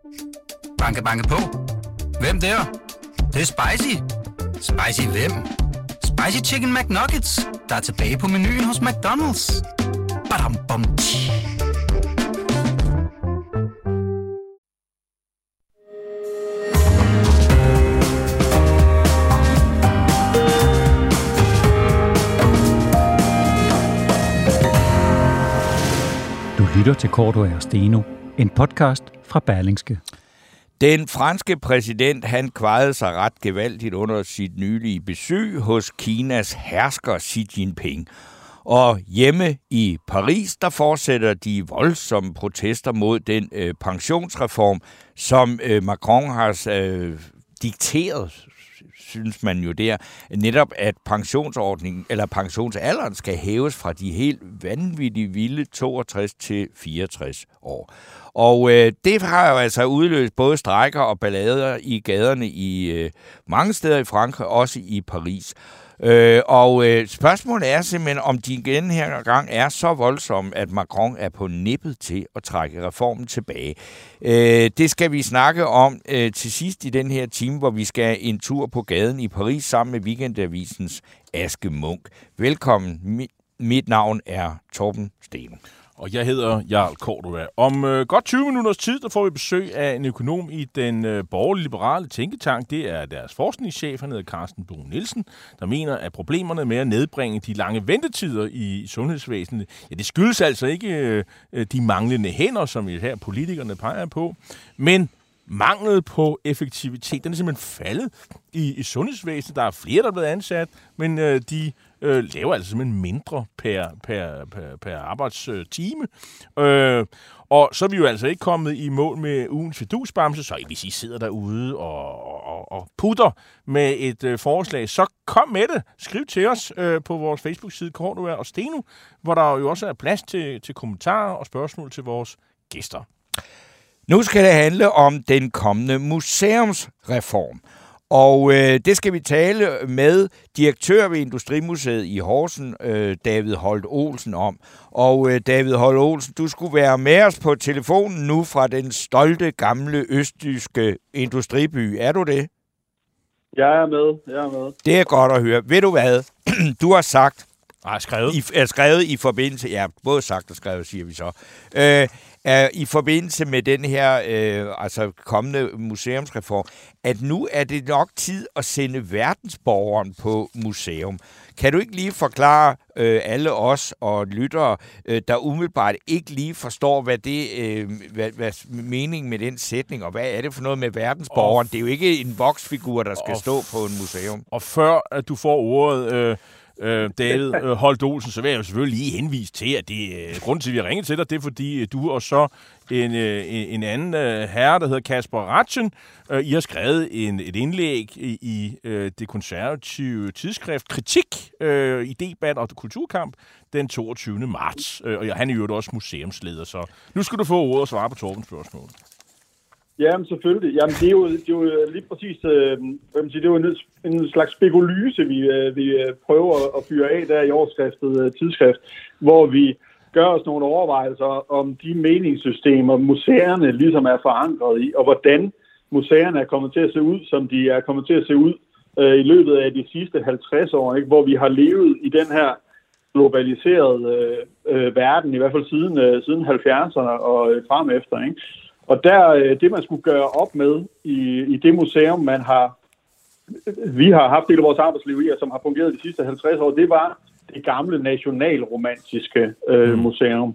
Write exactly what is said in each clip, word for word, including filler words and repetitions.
Banke, banke på. Hvem der? Det, det er spicy. Spicy hvem? Spicy Chicken McNuggets, der er tilbage på menuen hos McDonald's. Badum, bom, tji. Du lytter til Cordua og Steno, en podcast fra Berlingske. Den franske præsident, han kvejede sig ret gevaldigt under sit nylige besøg hos Kinas hersker Xi Jinping. Og hjemme i Paris, der fortsætter de voldsomme protester mod den øh, pensionsreform, som øh, Macron har øh, dikteret, synes man jo der, netop at pensionsordningen eller pensionsalderen skal hæves fra de helt vanvittigt vilde toogtres til fireogtres år. Og øh, det har jo altså udløst både strejker og ballader i gaderne i øh, mange steder i Frankrig, også i Paris. Øh, og øh, spørgsmålet er simpelthen, om de igen her gang er så voldsomme, at Macron er på nippet til at trække reformen tilbage. Øh, det skal vi snakke om øh, til sidst i den her time, hvor vi skal en tur på gaden i Paris sammen med Weekendavisens Aske Munk. Velkommen. Mit, mit navn er Torben Steno. Og jeg hedder Jarl Cordua. Om øh, godt tyve minutters tid, der får vi besøg af en økonom i den øh, borgerlig-liberale tænketank. Det er deres forskningschef, han hedder Carsten Brun Nielsen, der mener, at problemerne med at nedbringe de lange ventetider i sundhedsvæsenet, ja, det skyldes altså ikke øh, de manglende hænder, som vi her politikerne peger på, men manglet på effektivitet. Den er simpelthen faldet i, i sundhedsvæsenet. Der er flere, der er blevet ansat, men øh, de øh, laver altså simpelthen mindre per, per, per, per arbejdstime. Øh, og så er vi jo altså ikke kommet i mål med ugens fidusbamse, så hvis I sidder derude og, og, og putter med et øh, forslag, så kom med det. Skriv til os øh, på vores Facebook-side Cordua og Steno, hvor der jo også er plads til, til kommentarer og spørgsmål til vores gæster. Nu skal det handle om den kommende museumsreform. Og øh, det skal vi tale med direktør ved Industrimuseet i Horsen, øh, David Holt Olsen, om. Og øh, David Holt Olsen, du skulle være med os på telefonen nu fra den stolte, gamle, østjyske industriby. Er du det? Jeg er med, jeg er med. Det er godt at høre. Ved du hvad? Du har sagt... Ah, skrevet. I, er skrevet i forbindelse... Ja, både sagt og skrevet, siger vi så. Øh, er i forbindelse med den her øh, altså kommende museumsreform, at nu er det nok tid at sende verdensborgeren på museum. Kan du ikke lige forklare øh, alle os og lyttere, øh, der umiddelbart ikke lige forstår, hvad det øh, hvad, hvad meningen med den sætning, og hvad er det for noget med verdensborgeren? Og, det er jo ikke en voksfigur, der skal og, stå på en museum. Og før at du får ordet... Øh Øh, David øh, Holt Olsen, så vil jeg jo selvfølgelig lige henvise til, at det øh, grunden til, at vi har ringet til dig, det er fordi øh, du og så en, øh, en anden øh, herre, der hedder Kasper Ratchen, øh, I har skrevet en, et indlæg i, i øh, det konservative tidsskrift Kritik, øh, idébat og kulturkamp den toogtyvende marts. Øh, og han er jo også museumsleder, så nu skal du få ordet og svare på Torbens spørgsmål. Jamen selvfølgelig. Jamen det er jo, det er jo lige præcis, øh, hvad man siger, det er jo en, en slags spekulyse, vi, øh, vi prøver at fyre af der i overskriftet øh, tidsskrift, hvor vi gør os nogle overvejelser om de meningssystemer, museerne ligesom er forankret i, og hvordan museerne er kommet til at se ud, som de er kommet til at se ud øh, i løbet af de sidste halvtreds år, ikke? Hvor vi har levet i den her globaliserede øh, øh, verden, i hvert fald siden, øh, siden halvfjerdserne og øh, frem efter, ikke? Og der, det man skulle gøre op med i, i det museum, man har, vi har haft del af vores arbejdsliv i, og som har fungeret de sidste halvtreds år, det var det gamle nationalromantiske øh, mm. museum.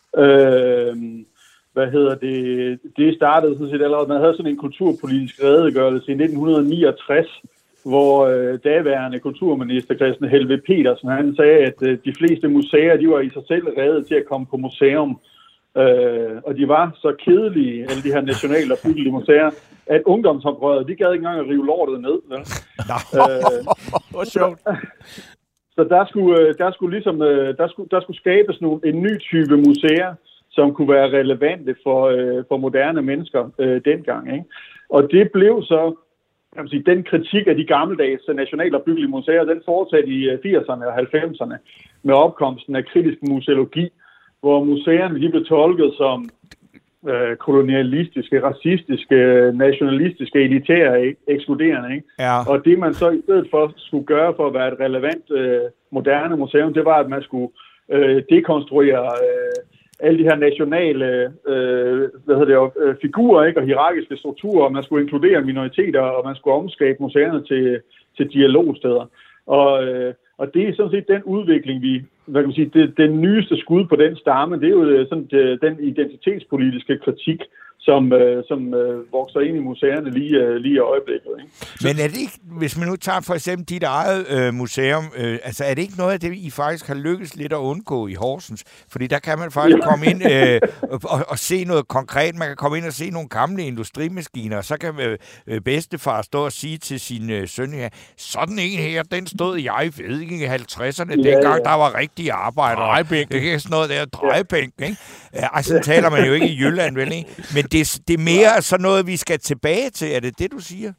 Øh, hvad hedder det? Det startede sådan set allerede, man havde sådan en kulturpolitisk redegørelse i nitten niogtres, hvor øh, daværende kulturminister Christian Helve Petersen, han sagde, at øh, de fleste museer, de var i sig selv reddet til at komme på museum. Øh, og de var så kedelige, alle de her nationale og byggelige museer, at ungdomsoprøret, de gad ikke engang at rive lortet ned. Ja. øh, Hvor sjovt. Så, så der skulle, der skulle ligesom, der skulle, der skulle skabes nogle, en ny type museer, som kunne være relevante for, øh, for moderne mennesker øh, dengang, ikke? Og det blev så, kan man sige, den kritik af de gammeldags nationale og byggelige museer, den fortsatte i firserne og halvfemserne med opkomsten af kritisk museologi, hvor museerne de blev tolket som øh, kolonialistiske, racistiske, nationalistiske, elitære, ekskluderende. Ikke? Ja. Og det man så i stedet for skulle gøre for at være et relevant, øh, moderne museum, det var, at man skulle øh, dekonstruere øh, alle de her nationale øh, hvad hedder det, øh, figurer, ikke? Og hierarkiske strukturer, og man skulle inkludere minoriteter, og man skulle omskabe museerne til, til dialogsteder. Og, øh, og det er sådan set den udvikling, vi, hvad kan man sige, det, den nyeste skud på den stamme, det er jo sådan, det, den identitetspolitiske kritik, som, øh, som øh, vokser ind i museerne lige, øh, lige i øjeblikket. Ikke? Men er det ikke, hvis man nu tager for eksempel dit eget øh, museum, øh, altså er det ikke noget af det, I faktisk har lykkes lidt at undgå i Horsens? Fordi der kan man faktisk ja. komme ind øh, og, og se noget konkret. Man kan komme ind og se nogle gamle industrimaskiner, og så kan øh, bedstefar stå og sige til sin øh, søn her, sådan en her, den stod jeg ved ikke i halvtredserne, ja, dengang ja. der var rigtige arbejdere. Drejebænk. Det er sådan noget der, drejebænk, ikke? Altså, sådan taler man jo ikke i Jylland, vel, ikke? Men det, det er mere sådan noget, vi skal tilbage til. Er det det, du siger?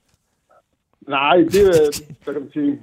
Nej, det er, hvad kan man sige...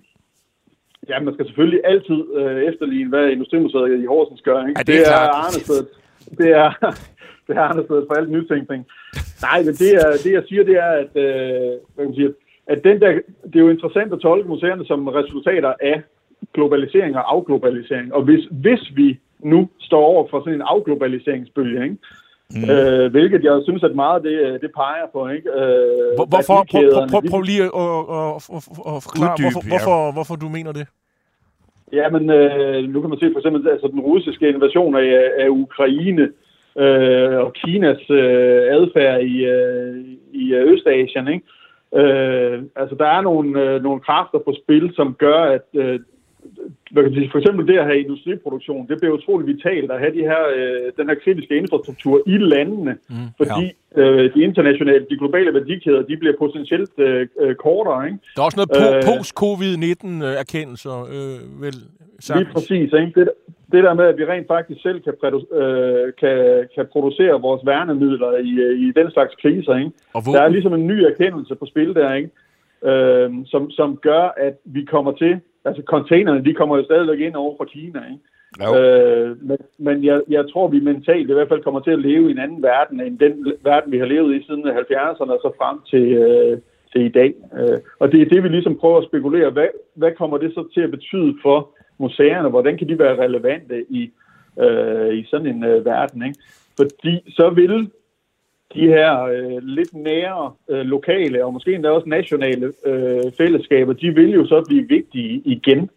Ja, man skal selvfølgelig altid øh, efterligne, hvad Industrimuseet i Horsens gør, ikke? Ja, det er, det er Arnested. Det er, det er Arnested for alt nytænkning. Nej, men det, er, det jeg siger, det er, at, øh, hvad kan man sige, at den der, det er jo interessant at tolke museerne som resultater af globalisering og afglobalisering. Og hvis, hvis vi nu står over for sådan en afglobaliseringsbølge, ikke? Mm. Øh, hvilket jeg synes, at meget det, det peger på, ikke? Øh, hvorfor? Prøv, prøv, prøv lige at, at, at, at forklare, Uddyb, hvorfor, ja. hvorfor, hvorfor du mener det? Jamen, øh, nu kan man se for eksempel altså, den russiske invasion af, af Ukraine øh, og Kinas øh, adfærd i, øh, i Østasien, ikke? Øh, altså, der er nogle, øh, nogle kræfter på spil, som gør, at øh, hvad kan man sige, for eksempel det at have industriproduktion, det bliver utroligt vitalt at have de her, øh, den her kritiske infrastruktur i landene, mm, fordi ja. øh, de internationale, de globale værdikæder, de bliver potentielt øh, kortere. Ikke? Der er også noget po- øh, post-covid nitten-erkendelser, øh, vel sagt. Lige præcis. Ikke? Det, det der med, at vi rent faktisk selv kan, produ- øh, kan, kan producere vores værnemidler i, i den slags kriser. Ikke? Der er ligesom en ny erkendelse på spil der, ikke? Øh, som, som gør, at vi kommer til. Altså, containerne, de kommer jo stadigvæk ind over fra Kina, ikke? Øh, men men jeg, jeg tror, vi mentalt i hvert fald kommer til at leve i en anden verden, end den verden, vi har levet i siden halvfjerdserne og så frem til, øh, til i dag. Øh, og det er det, vi ligesom prøver at spekulere. Hvad, hvad kommer det så til at betyde for museerne? Hvordan kan de være relevante i, øh, i sådan en øh, verden, ikke? Fordi så vil de her øh, lidt nære øh, lokale og måske endda også nationale øh, fællesskaber, de vil jo så blive vigtige igen.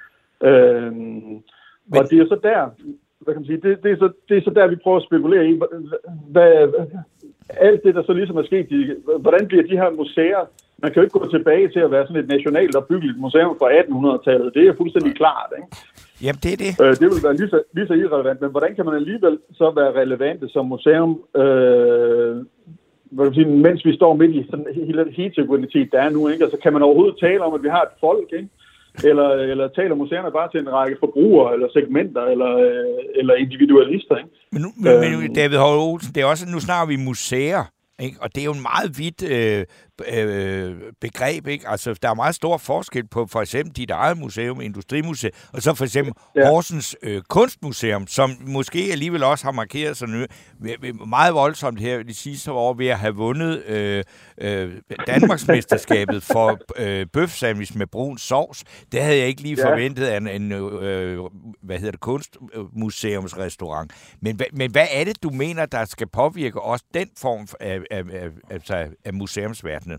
Øh, Men... Og det er så der, hvad kan man sige, det, det, er så, det er så der, vi prøver at spekulere i, hvad, alt det, der så ligesom er sket, de, hvordan bliver de her museer, man kan jo ikke gå tilbage til at være sådan et nationalt opbyggeligt museum fra attenhundredetallet, det er fuldstændig klart, ikke? Jamen, det er det. Øh, det vil være lige så, lige så irrelevant, men hvordan kan man alligevel så være relevante som museum, øh, hvad kan man sige, mens vi står midt i sådan hele heterogenitet, der er nu, ikke? Altså, kan man overhovedet tale om, at vi har et folk, ikke? Eller, eller taler museerne bare til en række forbrugere, eller segmenter, eller, eller individualister, ikke? Men nu, men, øh, men David Højer Olsen, det er også, nu snakker vi museer, ikke? Og det er jo en meget vidt øh, øh, begreb, ikke? Altså, der er meget stor forskel på for eksempel dit eget museum, Industrimuseet, og så for eksempel ja. Horsens øh, Kunstmuseum, som måske alligevel også har markeret sig nu meget voldsomt her de sidste år ved at have vundet øh, øh, Danmarksmesterskabet for øh, bøfsandwich med brun sovs. Det havde jeg ikke lige ja. forventet af en, en øh, hvad hedder det, kunstmuseumsrestaurant. Men, men hvad er det, du mener, der skal påvirke også den form af, af, af, af, af museumsverdenen?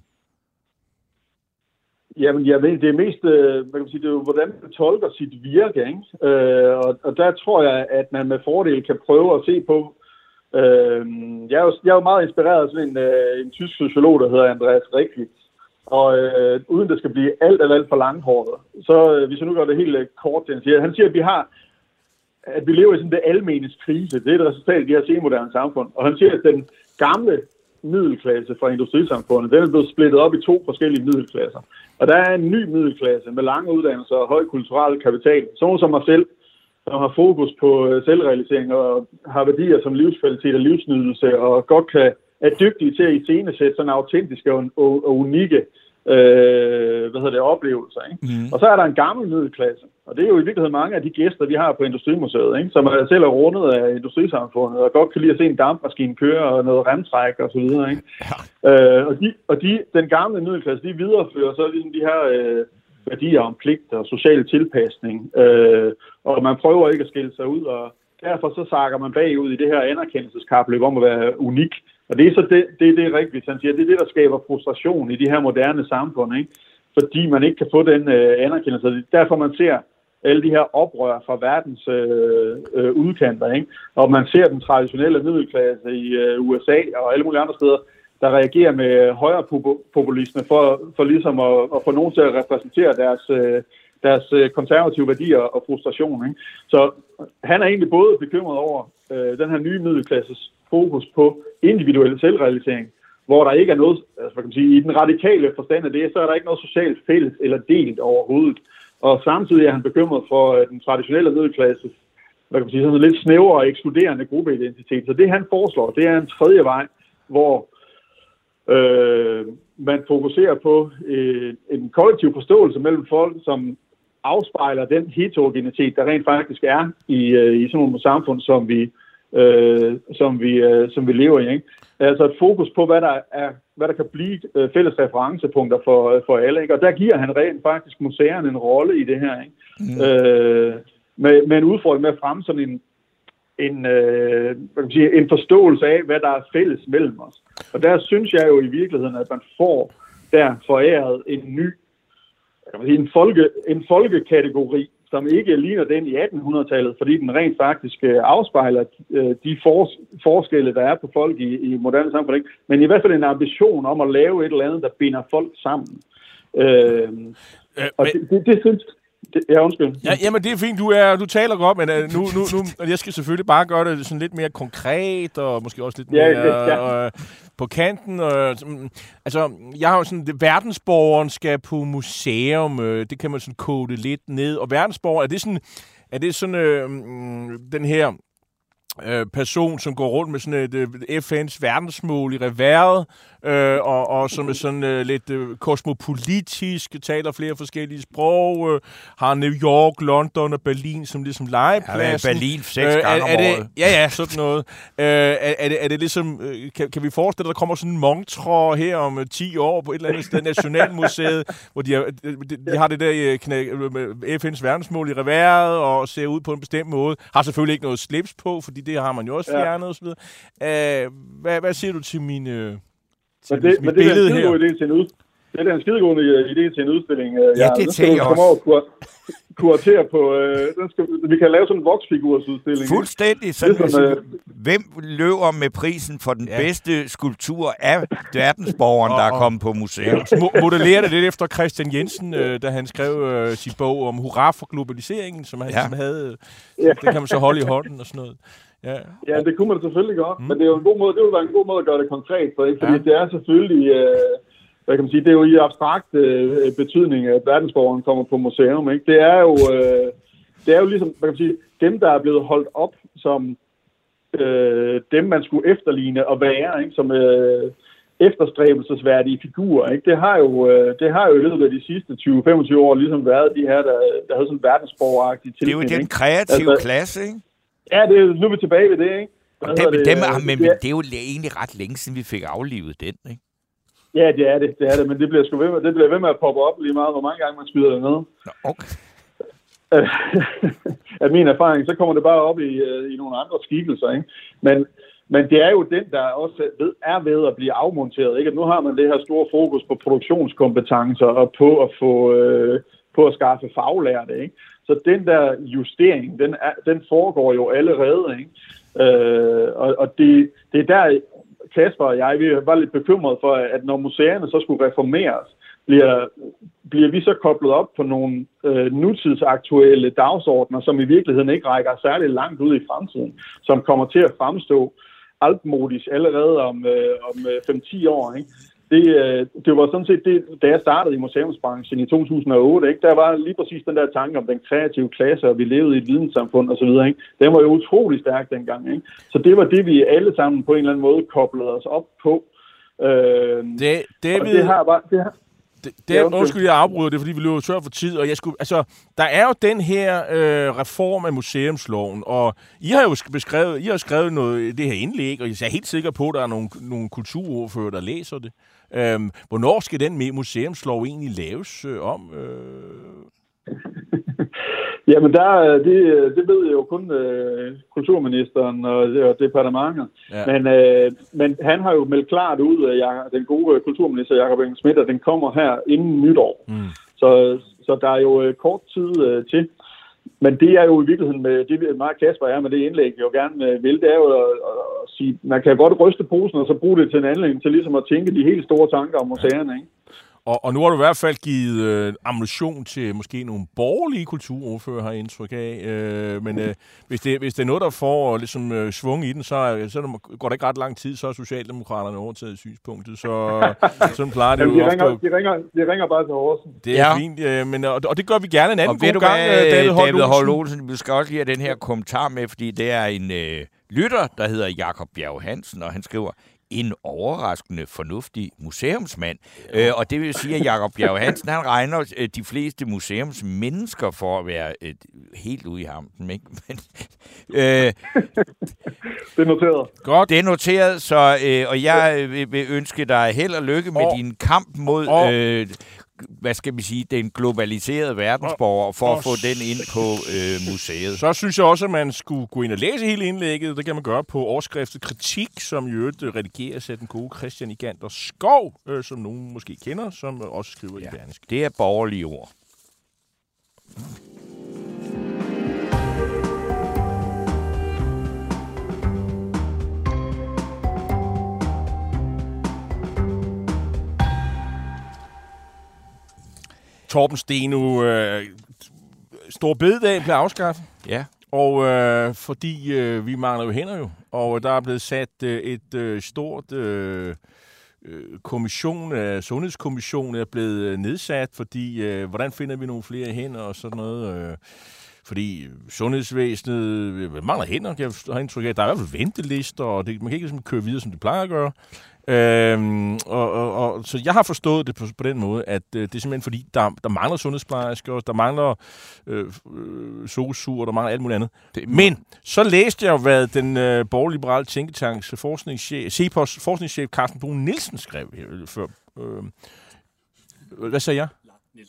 Jamen, jeg ved, det er mest, hvad kan man sige, det er jo, hvordan man tolker sit virke, ikke? Øh, og, og der tror jeg, at man med fordel kan prøve at se på. Øh, jeg, er jo, jeg er jo meget inspireret af sådan en, øh, en tysk sociolog, der hedder Andreas Reckwitz. Og øh, uden det skal blive alt eller alt for langhåret, så øh, hvis jeg nu gør det helt øh, kort, han siger, han siger, at vi har, at vi lever i sådan det almenes krise. Det er et resultat af de her senmoderne samfund. Og han siger, at den gamle middelklasse fra industrisamfundet, den er blevet splittet op i to forskellige middelklasser. Og der er en ny middelklasse med lange uddannelser og høj kulturel kapital. Sådan som mig selv, som har fokus på selvrealisering og har værdier som livskvalitet og livsnydelse, og godt kan, er dygtige til at iscenesætte sådan autentiske og, og, og unikke øh, hvad hedder det, oplevelser. Ikke? Mm. Og så er der en gammel middelklasse, og det er jo i virkeligheden mange af de gæster, vi har på Industrimuseet, ikke? Som er selv er rundet af industrisamfundet, og godt kan lide at se en dampmaskine køre, og noget remtræk og så videre. Ikke? Ja. Øh, og de, og de, den gamle middelklasse, de viderefører så ligesom de her øh, værdier om pligt og social tilpasning, øh, og man prøver ikke at skille sig ud, og derfor så sakker man bagud i det her anerkendelseskapløb om at være unik. Og det er så det, det, det er rigtigt, han siger. Det er det, der skaber frustration i de her moderne samfund, ikke? Fordi man ikke kan få den øh, anerkendelse. Derfor man ser alle de her oprør fra verdens øh, øh, udkanter, ikke? Og man ser den traditionelle middelklasse i øh, U S A og alle mulige andre steder, der reagerer med højere populisme for, for ligesom at, at få nogen til at repræsentere deres, øh, deres konservative værdier og frustration. Ikke? Så han er egentlig både bekymret over øh, den her nye middelklasses fokus på individuel selvrealisering, hvor der ikke er noget, altså, hvad kan man sige, i den radikale forstand af det, så er der ikke noget socialt fælles eller delt overhovedet. Og samtidig er han bekymret for øh, den traditionelle middelklasse, hvad kan man sige, sådan en lidt snævre og ekskluderende gruppeidentitet. Så det han foreslår, det er en tredje vej, hvor øh, man fokuserer på øh, en kollektiv forståelse mellem folk, som afspejler den heterogenitet, der rent faktisk er i, øh, i sådan nogle samfund, som vi Øh, som, vi, øh, som vi lever i. Ikke? Altså et fokus på, hvad der, er, hvad der kan blive øh, fælles referencepunkter for, øh, for alle. Ikke? Og der giver han rent faktisk museerne en rolle i det her. Ikke? Mm. Øh, med, med en udfordring med at fremme sådan en, en, øh, hvad kan man sige, en forståelse af, hvad der er fælles mellem os. Og der synes jeg jo i virkeligheden, at man får der foræret en ny kan man sige, en, folke, en folkekategori, som ikke ligner den i attenhundredetallet, fordi den rent faktisk øh, afspejler øh, de for, forskelle, der er på folk i, i moderne samfund. Ikke? Men i hvert fald en ambition om at lave et eller andet, der binder folk sammen. Øh, øh, og men... det, det, det synes det, ja, undskyld. Ja, jamen, det er fint. Du, er, du taler godt, men uh, nu, nu, nu, jeg skal selvfølgelig bare gøre det sådan lidt mere konkret, og måske også lidt ja, mere det, ja. øh, på kanten. Øh, altså, jeg har jo sådan, det, verdensborgeren skal på museum, øh, det kan man sådan kode lidt ned. Og verdensborgeren, er det sådan, er det sådan øh, den her øh, person, som går rundt med sådan et øh, F N's verdensmål i reværet, øh, og, og som er sådan øh, lidt øh, kosmopolitisk, taler flere forskellige sprog, øh, har New York, London og Berlin som ligesom legepladsen. Ja, Berlin seks øh, gange om året. Ja, ja, sådan noget. øh, er, er, det, er det ligesom, øh, kan, kan vi forestille, at der kommer sådan en montre her om øh, ti år på et eller andet sted, Nationalmuseet, hvor de har, de, de har det der øh, knæ, øh, F N's verdensmål i reværet og ser ud på en bestemt måde. Har selvfølgelig ikke noget slips på, fordi det har man jo også fjernet ja. og så videre. Øh, hvad, hvad siger du til min, øh, til men det, mit men billede det her? Idé til en ud, det er en skidegod idé til en udstilling. Ja, ja det tænker jeg også. Over kuratere på, øh, den skal, vi kan lave sådan en voksfigursudstilling. Fuldstændig. Sådan, det sådan, øh, hvem løber med prisen for den ja. bedste skulptur af verdensborgeren, der er kommet på museum? Mo- modellerer det lidt efter Christian Jensen, øh, da han skrev øh, sin bog om hurra for globaliseringen, som han ja. som havde. Ja. Det kan man så holde i hånden og sådan noget. Ja, ja det kunne man selvfølgelig godt, mm. men det er jo en god måde, det vil være en god måde at gøre det konkret på, ikke? Fordi ja. det er selvfølgelig... Øh, hvad kan man sige, det er jo i abstrakt øh, betydning, at verdensborgeren kommer på museum. Ikke? Det er jo, øh, det er jo ligesom, hvad kan man sige, dem, der er blevet holdt op som øh, dem, man skulle efterligne og være, ikke? Som øh, efterstræbelsesværdige figurer. Ikke? Det har jo, øh, det har jo i løbet af de sidste tyve til femogtyve år ligesom været de her, der, der havde sådan verdensborgeragtige tilknytning. Det er jo den kreative altså, klasse, ikke? Ja, det er, nu er vi tilbage ved det, ikke? Og dem, det, dem, men det, det er jo egentlig ret længe siden, vi fik aflivet den, ikke? Ja, det er det, det er det, men det bliver sgu ved med, det bliver ved med at poppe op lige meget, hvor mange gange man skyder det ned. Okay. Af min erfaring, så kommer det bare op i, i nogle andre skikkelser, ikke? Men, men det er jo den, der også ved, er ved at blive afmonteret, ikke? At nu har man det her store fokus på produktionskompetencer og på at få, øh, på at skaffe faglærte, ikke? Så den der justering, den, er, den foregår jo allerede, ikke? Øh, og og det, det er der... Kasper og jeg, vi var lidt bekymrede for, at når museerne så skulle reformeres, bliver, bliver vi så koblet op på nogle øh, nutidsaktuelle dagsordner, som i virkeligheden ikke rækker særlig langt ud i fremtiden, som kommer til at fremstå altmodisk allerede om, øh, om fem til ti år. Ikke? Det, øh, det var sådan set det, da jeg startede i museumsbranchen i to tusind og otte, ikke? Der var lige præcis den der tanke om den kreative klasse, og vi levede i et videnssamfund osv. Den var jo utrolig stærk dengang. Ikke? Så det var det, vi alle sammen på en eller anden måde koblede os op på. Øh, det, David, det har bare... Det har, det, det er, undskyld, jeg afbryder det, fordi vi løber tør for tid, og jeg skulle, altså, der er jo den her øh, reform af museumsloven, og I har jo beskrevet, I har skrevet noget det her indlæg, og jeg er helt sikker på, at der er nogle, nogle kulturordfører, der læser det. Øhm, hvornår skal den museumslov egentlig laves øh, om? Øh? Jamen, der, det, det ved jo kun øh, kulturministeren og, og departementet. Ja. Men, øh, men han har jo meldt klart ud, at jeg, den gode kulturminister Jakob Engel-Schmidt, at den kommer her inden nytår. Mm. Så, så der er jo øh, kort tid øh, til. Men det er jo i virkeligheden, med det meget Kasper er med det indlæg, jeg jo gerne vil, det er jo at, at sige, man kan godt ryste posen og så bruge det til en anledning til ligesom at tænke de helt store tanker om museerne, ikke? Og, og nu har du i hvert fald givet øh, ammunition til måske nogle borgerlige kulturordfører, har indtryk af. Øh, men øh, hvis, det, hvis det er noget, der får ligesom, øh, svung i den, så, så går der ikke ret lang tid, så er Socialdemokraterne overtaget synspunktet. Så sådan plejer det Jamen, jo de ringer, ofte. De ringer, de ringer bare til Horsen. Det er ja. fint, øh, men, og, og det gør vi gerne en anden og god gang, hvad, David Holt David Holt Olsen. Vi skal også lige have den her kommentar med, fordi det er en øh, lytter, der hedder Jakob Bjerg Hansen, og han skriver: en overraskende fornuftig museumsmand. Ja. Øh, og det vil sige, at Jakob Bjerg Hansen, han regner øh, de fleste museumsmennesker for at være øh, helt ude i hampen. Ikke? Men, øh, det er noteret. Godt. Det er noteret, så, øh, og jeg vil, vil ønske dig held og lykke med og, din kamp mod... Og, øh, hvad skal vi sige, den globaliserede verdensborger, for og, at få den ind på øh, museet. Så synes jeg også, at man skulle gå ind og læse hele indlægget. Det kan man gøre på overskriftet Kritik, som i øvrigt redigeres af den gode Christian Igander Skov, øh, som nogen måske kender, som også skriver ja, i Berlingske. Det er borgerlige ord. Torben Steno, øh, Store Bededag blev afskaffet. Ja. Og øh, fordi øh, vi mangler jo hænder jo, og der er blevet sat øh, et øh, stort øh, kommission, øh, sundhedskommission er blevet nedsat, fordi øh, hvordan finder vi nogle flere hænder og sådan noget. Øh, fordi sundhedsvæsenet mangler hænder, jeg har indtryk af, der er i hvert fald ventelister, og det, man kan ikke ligesom køre videre, som det plejer at gøre. Øhm, og, og, og, så jeg har forstået det på, på den måde, at øh, det er simpelthen fordi, der, der mangler sundhedsplejersker, der mangler øh, øh, sosuer, der mangler alt muligt andet. Det, Men så læste jeg jo, hvad den øh, borgerliberale tænketanks forskningschef, CEPOS forskningschef Carsten Brun Nielsen skrev øh, før. Øh, hvad sagde jeg?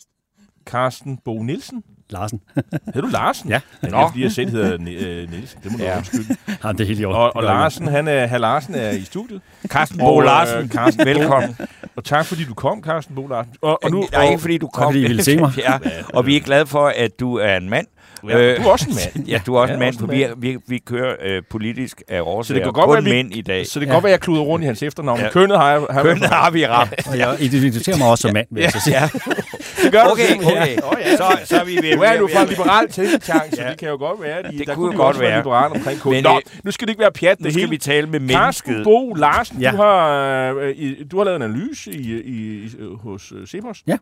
Carsten Bo Nielsen? Larsen. Hedder du Larsen? Ja. Det er fordi, jeg selv hedder Nielsen. Det må du ja. undskylde. Ja, det er helt i orden. Og, og Larsen, han er, herr Larsen er i studiet. Carsten Bo Larsen. Øh, Carsten, velkommen. Og tak, fordi du kom, Carsten Bo Larsen. Og, og nu, Nej, ikke fordi du kom. Fordi I ville se mig. Ja, og vi er glade for, at du er en mand. Ja, du er også en mand. Ja, du er også ja, en mand, for vi, vi, vi kører øh, politisk af årsager. Så det kan godt være, mænd i dag. Så det kan ja. godt være, at jeg kluder rundt i hans efternavn. Ja. Kønnet har, jeg, har, Kønnet har vi ramt. Ja. Og jeg identificerer mig også som mand, vil jeg så sige. Ja. Det gør okay, du okay. Oh, ja. så, så er vi ved. Nu er du fra en liberal tænketank, så ja. det kan jo godt være. De, det der kunne godt være. Liberal omkring Men, Nå, nu skal det ikke være pjat. Nu skal hele. vi tale med mennesket. Carsten Bo Larsen, ja. du, har, øh, i, du har lavet en analyse i, i, i, hos uh, CEPOS. Ja.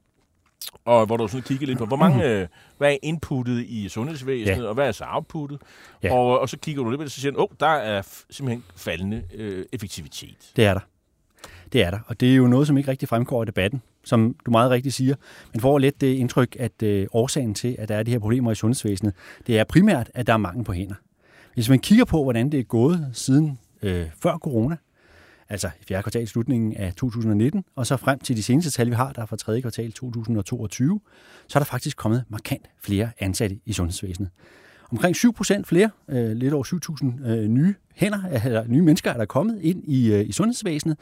Og hvor du sådan kigger lidt på, hvor mange, øh, hvad er inputtet i sundhedsvæsenet, ja. og hvad er så outputtet? Ja. Og, og så kigger du lidt på det, så siger du, åh, der er f- simpelthen faldende øh, effektivitet. Det er der. Det er der. Og det er jo noget, som ikke rigtig fremgår i debatten, som du meget rigtigt siger. Man får lidt det indtryk, at øh, årsagen til, at der er de her problemer i sundhedsvæsenet, det er primært, at der er mangel på hænder. Hvis man kigger på, hvordan det er gået siden øh, før corona, altså i fjerde kvartal i slutningen af to tusind nitten, og så frem til de seneste tal, vi har, der er fra tredje kvartal to tusind toogtyve, så er der faktisk kommet markant flere ansatte i sundhedsvæsenet. Omkring syv procent flere, øh, lidt over syv tusind øh, nye hænder, eller nye mennesker er der kommet ind i, øh, i sundhedsvæsenet.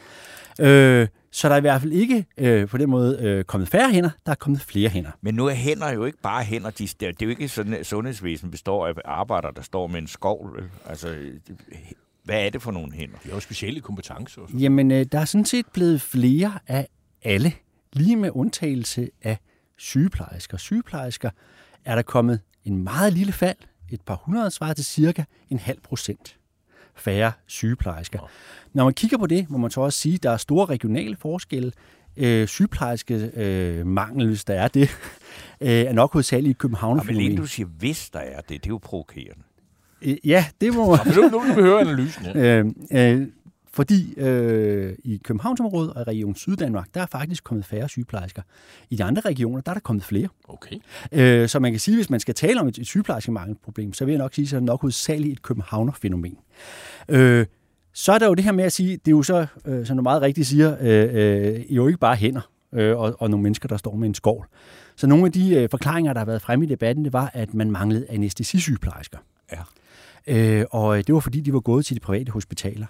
Øh, så der er i hvert fald ikke øh, på den måde øh, kommet færre hænder, der er kommet flere hænder. Men nu er hænder jo ikke bare hænder. De, det er jo ikke sådan, at sundhedsvæsenet består af arbejdere, der står med en skovl. Altså, hvad er det for nogle hænder? Det er jo specielle kompetencer. Også. Jamen, øh, der er sådan set blevet flere af alle, lige med undtagelse af sygeplejersker. Sygeplejersker er der kommet en meget lille fald, et par hundrede svarer til cirka en halv procent færre sygeplejersker. Ja. Når man kigger på det, må man så også sige, at der er store regionale forskelle. Øh, sygeplejerske øh, mangel, hvis der er det, øh, er nok hovedsageligt i København. Ja, men lige du siger, hvis der er det, det er jo provokerende. Øh, ja, det må man. Ja, nu, nu vil vi høre analysen. Ja. øh, øh, fordi øh, i Københavnsområdet og Region Syddanmark, der er faktisk kommet færre sygeplejersker. I de andre regioner, der er der kommet flere. Okay. Øh, så man kan sige, hvis man skal tale om et, et sygeplejerskemangelproblem, så vil jeg nok sige, at det er nok hovedsageligt et københavnerfænomen. Øh, så er der jo det her med at sige, det er jo så, øh, som du meget rigtigt siger, øh, øh, jo ikke bare hænder øh, og, og nogle mennesker, der står med en skovl. Så nogle af de øh, forklaringer, der har været fremme i debatten, det var, at man manglede anæstesisygeplejersker. Ja. Øh, og det var fordi, de var gået til de private hospitaler.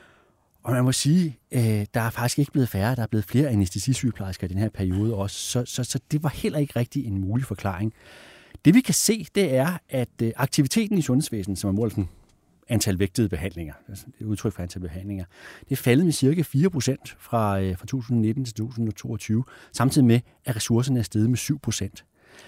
Og man må sige, øh, der er faktisk ikke blevet færre, der er blevet flere anæstesisygeplejersker i den her periode også, så, så, så det var heller ikke rigtig en mulig forklaring. Det vi kan se, det er, at øh, aktiviteten i sundhedsvæsenet, som er målt antal vægtede behandlinger, altså det er udtryk for antal behandlinger, det er faldet med cirka fire procent fra, øh, fra to tusind nitten til to tusind toogtyve, samtidig med, at ressourcerne er steget med syv procent.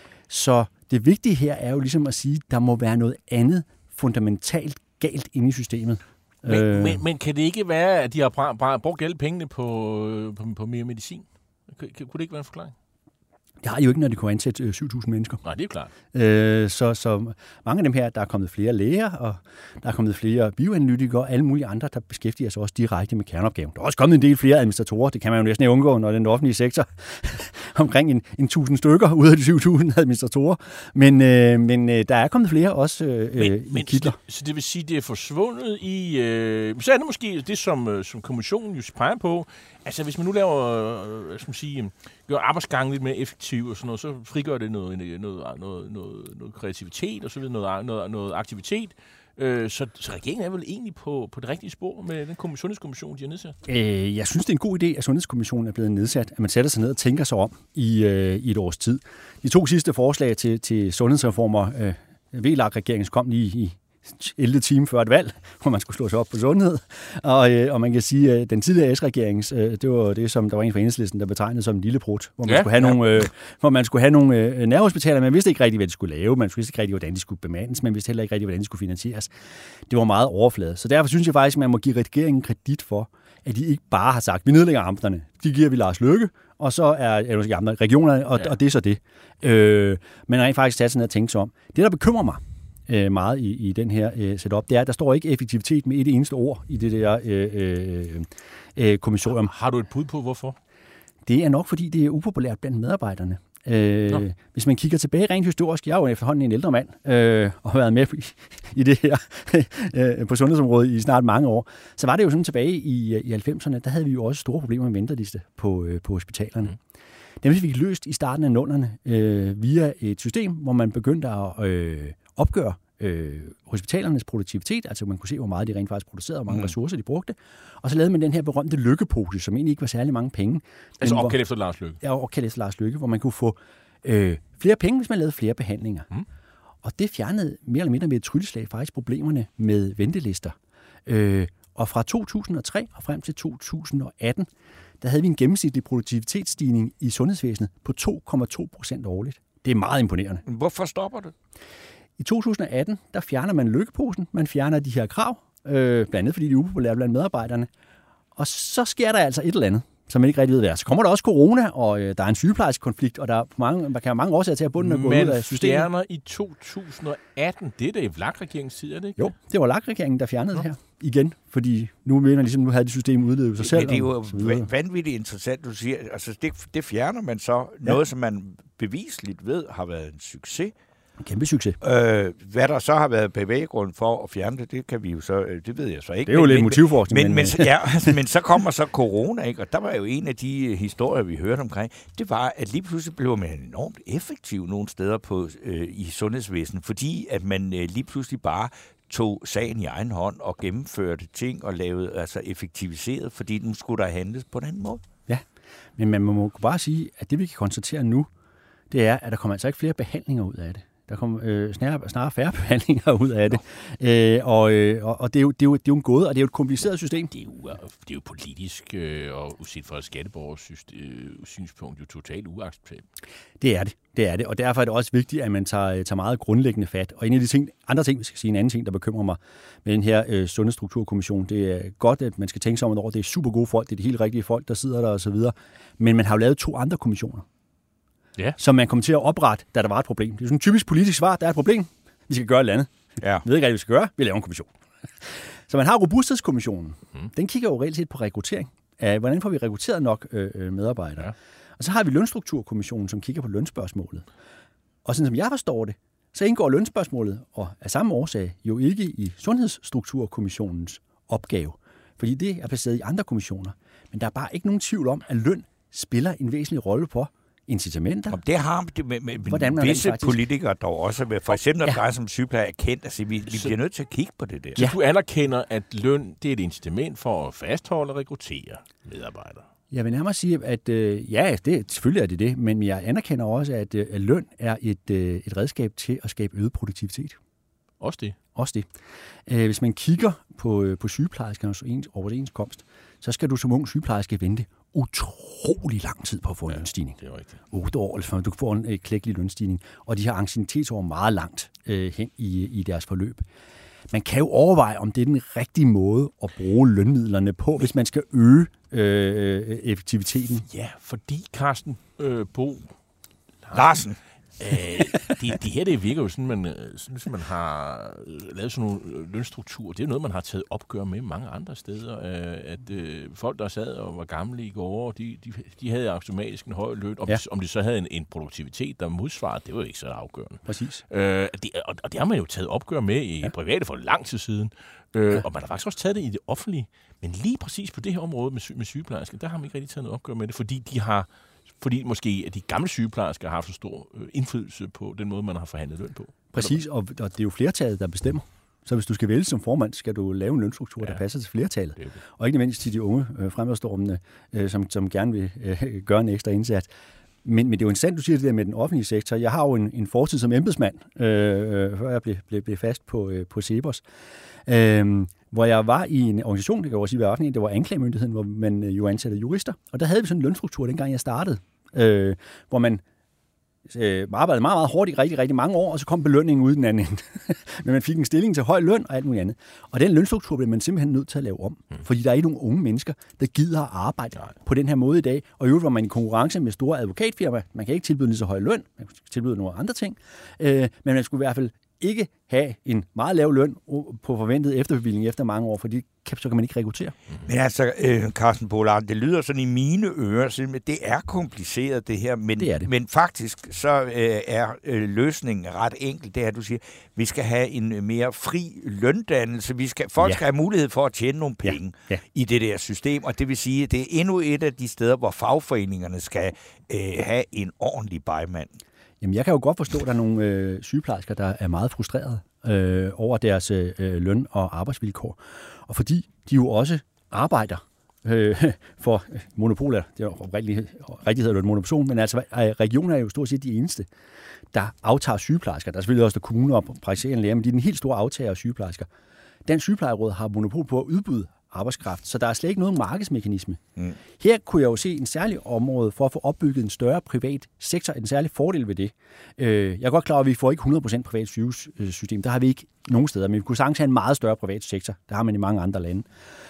Så det vigtige her er jo ligesom at sige, at der må være noget andet fundamentalt galt inde i systemet. Men, øh. men, men kan det ikke være, at de har br- br- brugt alle pengene på, på, på mere medicin? Kunne det ikke være en forklaring? Det har de jo ikke, når de kunne ansætte syv tusind mennesker. Nej, det er klart. Øh, så, så mange af dem her, der er kommet flere læger, og der er kommet flere bioanalytikere, og alle mulige andre, der beskæftiger sig også direkte med kerneopgaven. Der er også kommet en del flere administratorer, det kan man jo næsten ikke undgå, når den offentlige sektor omkring en, en tusind stykker ud af de syv tusind administratorer. Men, øh, men øh, der er kommet flere også øh, men, i men, kitler. Så, så det vil sige, det er forsvundet i... Øh, så er det måske det, som, som kommissionen jo peger på. Altså, hvis man nu laver, øh, skal man sige, gør arbejdsgangen lidt mere effektiv og sådan noget, så frigør det noget, noget, noget, noget, noget kreativitet og så videre, noget, noget, noget aktivitet. Øh, så, så regeringen er vel egentlig på, på det rigtige spor med den sundhedskommission, de har nedsat? Øh, jeg synes, det er en god idé, at sundhedskommissionen er blevet nedsat, at man sætter sig ned og tænker sig om i, øh, i et års tid. De to sidste forslag til, til sundhedsreformer, øh, V L A K-regeringen kom lige i elleve timer før et valg, hvor man skulle slå sig op på sundhed. Og, øh, og man kan sige, at den tidligere S-regerings, øh, det var det, som der var en fra Enhedslisten, der betegnede som en lille prut, hvor man, ja, skulle have ja. nogle, øh, hvor man skulle have nogle øh, nærhospitaler. Man vidste ikke rigtig, hvad de skulle lave. Man vidste ikke rigtig, hvordan de skulle bemandes. Man vidste heller ikke rigtig, hvordan de skulle finansieres. Det var meget overfladet. Så derfor synes jeg faktisk, at man må give regeringen kredit for, at de ikke bare har sagt, vi nedlægger amterne. De giver vi Lars Løkke, og så er eller, andre regionerne, og, ja. og det er så det. Øh, men rent faktisk sat sig ned og tænkt sig om. Det, der bekymrer mig meget i, i den her øh, setup, det er, at der står ikke effektivitet med et eneste ord i det der øh, øh, øh, kommissorium. Har du et bud på, hvorfor? Det er nok, fordi det er upopulært blandt medarbejderne. Øh, hvis man kigger tilbage rent historisk, jeg er jo efterhånden en ældre mand, øh, og har været med i, i det her øh, på sundhedsområdet i snart mange år, så var det jo sådan tilbage i, i halvfemserne, der havde vi jo også store problemer med venteliste på, øh, på hospitalerne. Mm. Dem fik vi løst i starten af nullerne øh, via et system, hvor man begyndte at øh, opgøre øh, hospitalernes produktivitet, altså man kunne se, hvor meget de rent faktisk producerede, og hvor mange mm. ressourcer de brugte. Og så lavede man den her berømte lykkepose, som egentlig ikke var særlig mange penge. Altså opkaldt efter Lars Løkke? Ja, opkaldt efter Lars Løkke, hvor man kunne få øh, flere penge, hvis man lavede flere behandlinger. Mm. Og det fjernede mere eller mindre med et trylleslag faktisk problemerne med ventelister. Øh, og fra to tusind og tre og frem til to tusind og atten, der havde vi en gennemsnitlig produktivitetsstigning i sundhedsvæsenet på to komma to procent årligt. Det er meget imponerende. Hvorfor stopper det? I to tusind og atten, der fjerner man lykkeposen, man fjerner de her krav, øh, blandt andet fordi de er upopulære blandt medarbejderne, og så sker der altså et eller andet, som man ikke rigtig ved hvad er. Så kommer der også corona, og øh, der er en sygeplejerskekonflikt, og der, er mange, der kan være mange årsager til, at bunden er gået ud af systemet. Man fjerner i to tusind og atten, det er da i V L A K-regeringens tid, er det ikke? Jo, det var V L A K-regeringen, der fjernede ja. det her igen, fordi nu mener ligesom, nu havde det system udlevet sig selv. Men det er jo vanvittigt interessant, du siger, altså det, det fjerner man så, ja. noget som man bevisligt ved har været en succes. En kæmpe succes. Øh, hvad der så har været bevæggrund for at fjerne det, det kan vi jo så, det ved jeg så ikke. Det er jo men, lidt motivforskning. Men, men, men, ja, men så kommer så corona, ikke? Og der var jo en af de historier, vi hørte omkring, det var, at lige pludselig blev man enormt effektiv nogle steder på, øh, i sundhedsvæsenet, fordi at man øh, lige pludselig bare tog sagen i egen hånd og gennemførte ting og lavede, altså effektiviseret, fordi nu skulle der handles på en anden måde. Ja, men man må bare sige, at det vi kan konstatere nu, det er, at der kommer altså ikke flere behandlinger ud af det. Der kommer øh, snarere, snarere færre behandlinger ud af det. Øh, og øh, og det, er jo, det, er jo, det er jo en gåde, og det er jo et kompliceret system. Det er jo, det er jo politisk øh, og uset fra et skatteborgers øh, synspunkt jo totalt uacceptabelt. Det er det. Det er det, og derfor er det også vigtigt, at man tager, tager meget grundlæggende fat. Og en af de ting, andre ting, vi skal sige, en anden ting, der bekymrer mig med den her øh, sundhedsstrukturkommission, det er godt, at man skal tænke sig om et år. Det er super gode folk, det er de helt rigtige folk, der sidder der og så videre. Men man har jo lavet to andre kommissioner. Ja. Som man kommer til at oprette, da der var et problem. Det er sådan et typisk politisk svar, der er et problem, vi skal gøre et eller andet. Ja. Vi ved ikke rigtig, hvad vi skal gøre, vi laver en kommission. Så man har Robusthedskommissionen. Mm. Den kigger jo reelt set på rekruttering. Uh, hvordan får vi rekrutteret nok uh, medarbejdere? Ja. Og så har vi Lønstrukturkommissionen, som kigger på lønspørgsmålet. Og sådan som jeg forstår det, så indgår lønspørgsmålet, og af samme årsag, jo ikke i Sundhedsstrukturkommissionens opgave. Fordi det er placeret i andre kommissioner. Men der er bare ikke nogen tvivl om, at løn spiller en væsentlig rolle på incitamenter. Og det har det med, med, med visse faktisk... politikere dog også. Med. For eksempel, når ja. der er som sygeplejer erkendt, at vi, vi bliver nødt til at kigge på det der. Så ja. du anerkender, at løn det er et incitament for at fastholde og rekruttere medarbejdere? Jeg vil nærmere sige, at øh, ja, det, selvfølgelig er det det, men jeg anerkender også, at, øh, at løn er et, øh, et redskab til at skabe øget produktivitet. Også det? Også det. Øh, hvis man kigger på, øh, på sygeplejerskernes overenskomst, så skal du som ung sygeplejerske vente utrolig lang tid på at få en ja, lønstigning. Det er rigtigt. otte år, eller du får en øh, klækkelig lønstigning, og de har anciennitetsår meget langt øh, hen i, i deres forløb. Man kan jo overveje, om det er den rigtige måde at bruge lønmidlerne på, hvis man skal øge øh, effektiviteten. Ja, fordi Carsten øh, Bo Larsen, øh, det, det her det virker jo sådan, man, sådan, man har lavet sådan nogle lønstrukturer. Det er noget, man har taget opgør med mange andre steder. Øh, at øh, folk, der sad og var gamle i går, de, de, de havde automatisk en høj løn. Om, ja. om de så havde en, en produktivitet, der modsvarede, det var ikke så afgørende. Præcis. Øh, det, og, og det har man jo taget opgør med i ja. private for lang tid siden. Øh, ja. Og man har faktisk også taget det i det offentlige. Men lige præcis på det her område med, sy- med sygeplejersker, der har man ikke rigtig taget noget opgør med det, fordi de har Fordi måske at de gamle sygeplejersker har haft så stor indflydelse på den måde, man har forhandlet løn på. Præcis, og det er jo flertallet, der bestemmer. Så hvis du skal vælge som formand, skal du lave en lønstruktur, ja. der passer til flertallet. Det det. Og ikke nødvendigvis til de unge øh, fremadstormende, øh, som, som gerne vil øh, gøre en ekstra indsats. Men, men det er jo interessant, du siger det der med den offentlige sektor. Jeg har jo en, en fortid som embedsmand, øh, før jeg blev, blev, blev fast på, øh, på Cepos. Øh, hvor jeg var i en organisation, det kan jeg også sige, var det var anklagemyndigheden, hvor man jo ansatte jurister. Og der havde vi sådan en lønstruktur, dengang jeg startede. Øh, hvor man øh, arbejdede meget, meget hårdt i rigtig, rigtig mange år, og så kom belønningen ud den anden ende. Men man fik en stilling til høj løn og alt muligt andet. Og den lønstruktur blev man simpelthen nødt til at lave om. Mm. Fordi der er ikke nogen unge mennesker, der gider at arbejde Nej. på den her måde i dag. Og i øvrigt var man i konkurrence med store advokatfirmaer. Man kan ikke tilbyde lige så høj løn, man kan tilbyde nogle andre ting. Øh, men man skulle i hvert fald ikke have en meget lav løn på forventet efterbevilling efter mange år, fordi så kan man ikke rekruttere. Men altså, øh, Carsten Bolar, det lyder sådan i mine ører, simpelthen, det er kompliceret det her, men, det det. men faktisk så øh, er øh, løsningen ret enkel. Det er, at du siger, vi skal have en mere fri løndannelse. Vi skal, folk ja. skal have mulighed for at tjene nogle penge ja. Ja. i det der system, og det vil sige, at det er endnu et af de steder, hvor fagforeningerne skal øh, have en ordentlig bejmand. Jamen, jeg kan jo godt forstå, at der er nogle øh, sygeplejersker, der er meget frustrerede øh, over deres øh, løn- og arbejdsvilkår. Og fordi de jo også arbejder øh, for monopoler, det er jo rigtig, rigtig hedder det monopol, men altså regioner er jo stort set de eneste, der aftager sygeplejersker. Der er selvfølgelig også der kommuner og praktiserende læger, men de er den helt store aftager af sygeplejersker. Dansk Sygeplejeråd har monopol på at udbyde arbejdskraft, så der er slet ikke noget markedsmekanisme. Mm. Her kunne jeg jo se en særlig område for at få opbygget en større privat sektor, en særlig fordel ved det. Jeg er godt klar over, at vi får ikke hundrede procent privat sygehussystem. Der har vi ikke nogen steder, men vi kunne sagtens have en meget større privat sektor. Der har man i mange andre lande.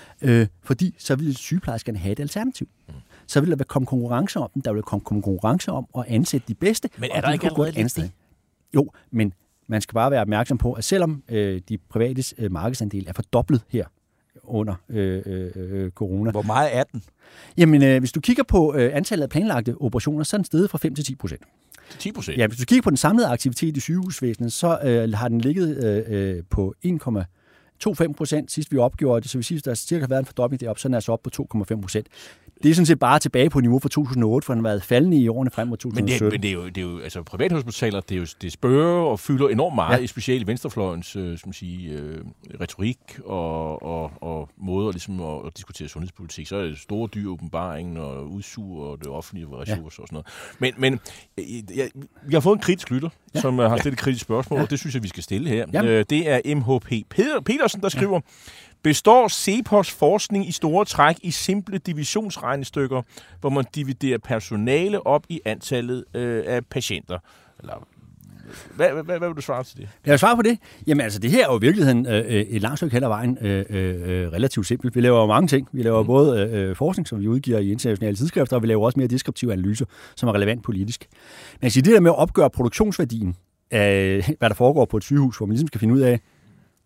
Fordi så ville sygeplejerskerne have et alternativ. Mm. Så ville der komme konkurrence om dem. Der ville komme konkurrence om at ansætte de bedste. Men er der ikke allerede lidt det? Jo, men man skal bare være opmærksom på, at selvom øh, de privates øh, markedsandel er fordoblet her under øh, øh, corona. Hvor meget er den? Jamen, øh, hvis du kigger på øh, antallet af planlagte operationer, så er den steget fra fem til ti procent. ti procent? Ja, hvis du kigger på den samlede aktivitet i sygehusvæsenet, så øh, har den ligget øh, på en komma toogtyve procent sidst vi opgjorde det, så vi siger, at der cirka har været en fordobling deroppe, så den er så op på to komma fem procent. Det er sådan set bare tilbage på niveau fra to tusind og otte, for den har været faldende i årene frem mod to tusind og sytten. Men det, men det er jo, det er jo altså privathospitaler, det er jo det spørger og fylder enormt meget, ja. specielt i venstrefløjens øh, som sige, øh, retorik og, og, og måder ligesom at, at diskutere sundhedspolitik. Så er det store dyr åbenbaringen og udsug og det offentlige ressourcer ja. og sådan noget. Men, men jeg, jeg har fået en kritisk lytter, ja. som har stillet et kritisk spørgsmål, ja. og det synes jeg, vi skal stille her. Ja. Øh, det er M H P Petersen, der skriver, ja. Består Cepos forskning i store træk i simple divisionsregnestykker, hvor man dividerer personale op i antallet øh, af patienter? Eller, hvad, hvad, hvad, hvad vil du svare til det? Jeg vil svare på det. Jamen altså, det her er jo i virkeligheden øh, et langt stykke hen ad vejen øh, øh, relativt simpelt. Vi laver jo mange ting. Vi laver mm. både øh, forskning, som vi udgiver i internationale tidsskrifter, og vi laver også mere deskriptive analyser, som er relevant politisk. Men altså, det der med at opgøre produktionsværdien af, hvad der foregår på et sygehus, hvor man ligesom skal finde ud af,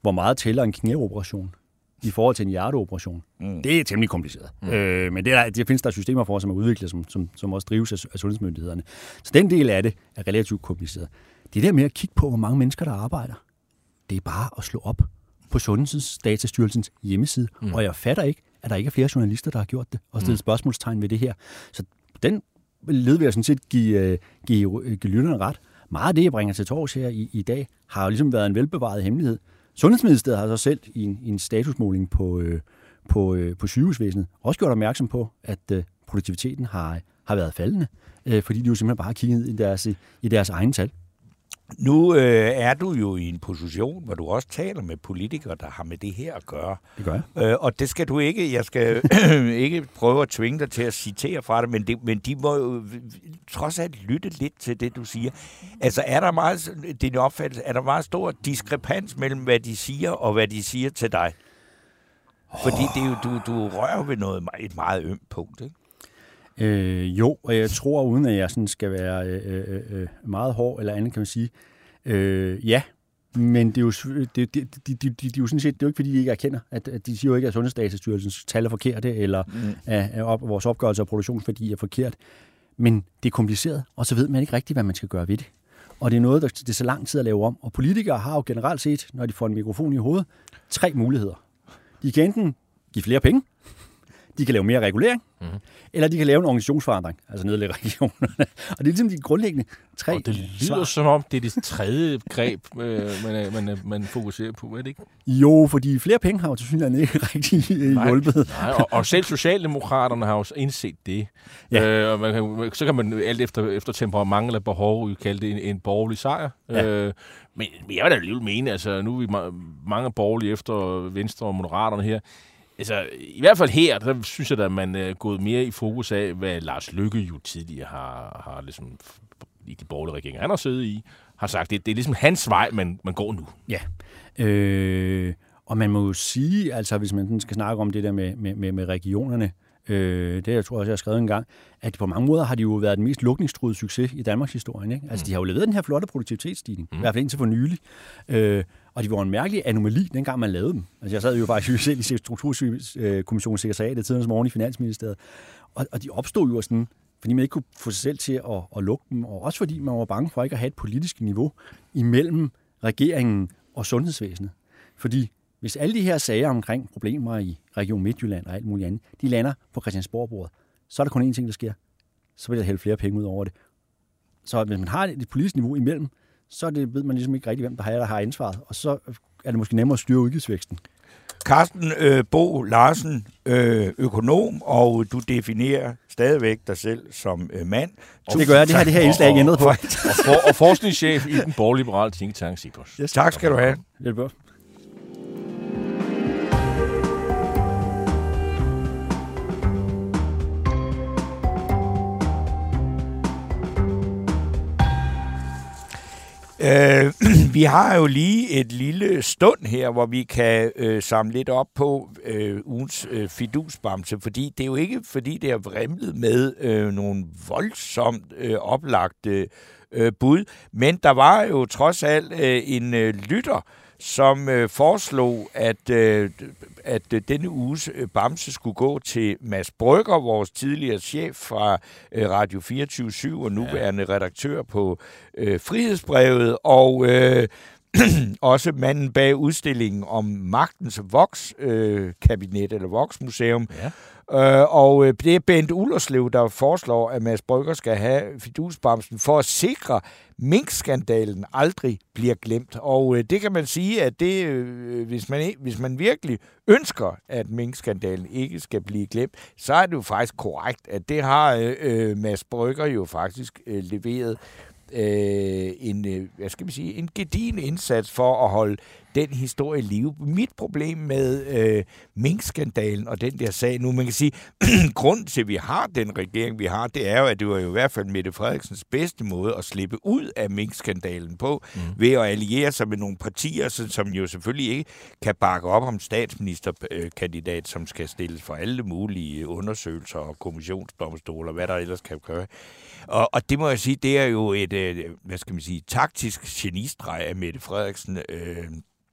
hvor meget tæller en knæoperation i forhold til en hjerteoperation. Mm. Det er temmelig kompliceret. Mm. Øh, men det, er, det findes der systemer for, som er udviklet, som, som, som også drives af, af sundhedsmyndighederne. Så den del af det er relativt kompliceret. Det der med at kigge på, hvor mange mennesker, der arbejder, det er bare at slå op på Sundhedsdatastyrelsens hjemmeside. Mm. Og jeg fatter ikke, at der ikke er flere journalister, der har gjort det, og stillet mm. spørgsmålstegn ved det her. Så den led vil jeg sådan set give, give, give lytterne ret. Meget af det, jeg bringer til torvs her i, i dag, har jo ligesom været en velbevaret hemmelighed. Sundhedsministeriet har så selv i en, i en statusmåling på, øh, på, øh, på sygehusvæsenet også gjort opmærksom på, at øh, produktiviteten har, har været faldende, øh, fordi de jo simpelthen bare har kigget i deres, i deres egen tal. Nu øh, er du jo i en position, hvor du også taler med politikere, der har med det her at gøre. Det gør jeg. Øh, og det skal du ikke, jeg skal ikke prøve at tvinge dig til at citere fra det, men, det, men de må jo trods alt lytte lidt til det, du siger. Altså er der meget, din opfattelse, er der meget stor diskrepans mellem, hvad de siger og hvad de siger til dig? Fordi det er jo, du, du rører ved noget, et meget ømt punkt, ikke? Øh, jo, og jeg tror, uden at jeg sådan skal være øh, øh, meget hård eller andet, kan man sige, øh, ja, men det er jo, det, det, de, de, de, de, de jo sådan set, det er jo ikke, fordi de ikke erkender, at, at de siger jo ikke, at Sundhedsdatastyrelsens tal er forkerte, eller mm. at, at op, vores opgørelse af produktionsværdi er forkert, men det er kompliceret, og så ved man ikke rigtigt, hvad man skal gøre ved det. Og det er noget, der det er så lang tid at lave om, og politikere har jo generelt set, når de får en mikrofon i hovedet, tre muligheder. De kan enten give flere penge, de kan lave mere regulering, mm-hmm. eller de kan lave en organisationsforandring, altså nedlægge regionerne. Og det er ligesom de grundlæggende tre Og det lyder svar. Som om, det er det tredje greb, øh, man, man, man fokuserer på, er det ikke? Jo, fordi flere penge har jo til synligheden ikke rigtig øh, nej, hjulpet. Nej, og, og selv Socialdemokraterne har jo indset det. Ja. Øh, og man kan, så kan man alt efter, efter temperament eller behov kalde det en, en borgerlig sejr. Ja. Øh, men, men jeg vil da alligevel mene, altså nu er vi mange borgerlige efter Venstre og Moderaterne her. Altså, i hvert fald her, der synes jeg, at man er gået mere i fokus af, hvad Lars Løkke jo tidligere har, har ligesom, i de borgerlige regeringer, han har siddet i, har sagt, det, det er ligesom hans vej, man, man går nu. Ja, øh, og man må jo sige, altså hvis man skal snakke om det der med, med, med, med regionerne, øh, det jeg tror også, jeg har skrevet en gang, at på mange måder har de jo været den mest lukningstruede succes i Danmarks historie. Ikke? Altså, mm. de har jo leveret den her flotte produktivitetsstigning, mm. i hvert fald indtil for nylig. Øh, og de var en mærkelig anomali, dengang man lavede dem. Altså, jeg sad jo faktisk selv i Strukturkommissionens sekretariat i tidens morgen i Finansministeriet, og, og de opstod jo sådan, fordi man ikke kunne få sig selv til at, at lukke dem, og også fordi man var bange for ikke at have et politisk niveau imellem regeringen og sundhedsvæsenet. Fordi hvis alle de her sager omkring problemer i Region Midtjylland og alt muligt andet, de lander på Christiansborg-bordet, så er der kun én ting, der sker. Så vil der hælde flere penge ud over det. Så hvis man har et politisk niveau imellem, så det, ved man ligesom ikke rigtig, hvem der har, der har ansvaret. Og så er det måske nemmere at styre udgiftsvæksten. Carsten øh, Bo Larsen, øh, økonom, og du definerer stadigvæk dig selv som øh, mand. Og det gør jeg. Det har det her indslag ikke ændret på. Og, og, for, og forskningschef i den borgerliberale tænketank Cepos. Yes. Tak skal du have. Velbekomme. Øh, vi har jo lige et lille stund her, hvor vi kan øh, samle lidt op på øh, ugens øh, fidusbamse, fordi det er jo ikke, fordi det er vrimlet med øh, nogle voldsomt øh, oplagte øh, bud, men der var jo trods alt øh, en øh, lytter, som øh, foreslog, at, øh, at øh, denne uges øh, bamse skulle gå til Mads Brügger, vores tidligere chef fra øh, Radio fireogtyve syv og nuværende ja. redaktør på øh, Frihedsbrevet, og øh, også manden bag udstillingen om Magtens Vox-kabinet, øh, eller Vox-museum. Ja. Øh, og det er Bent Ullerslev, der foreslår, at Mads Brügger skal have fidusbamsen for at sikre, minkskandalen aldrig bliver glemt. Og øh, det kan man sige, at det, øh, hvis, man, hvis man virkelig ønsker, at minkskandalen ikke skal blive glemt, så er det jo faktisk korrekt, at det har øh, Mads Brügger jo faktisk øh, leveret øh, en, øh, hvad skal man sige, en gedigen indsats for at holde den historie i live. Mit problem med øh, minkskandalen og den der sag nu, man kan sige, grunden til, at vi har den regering, vi har, det er jo, at det var jo i hvert fald Mette Frederiksens bedste måde at slippe ud af minkskandalen på, mm. ved at alliere sig med nogle partier, som jo selvfølgelig ikke kan bakke op om statsministerkandidat, som skal stilles for alle mulige undersøgelser og kommissionsdomstoler, hvad der ellers kan gøre. Og, og det må jeg sige, det er jo et, øh, hvad skal man sige, taktisk genistreg af Mette Frederiksen, øh,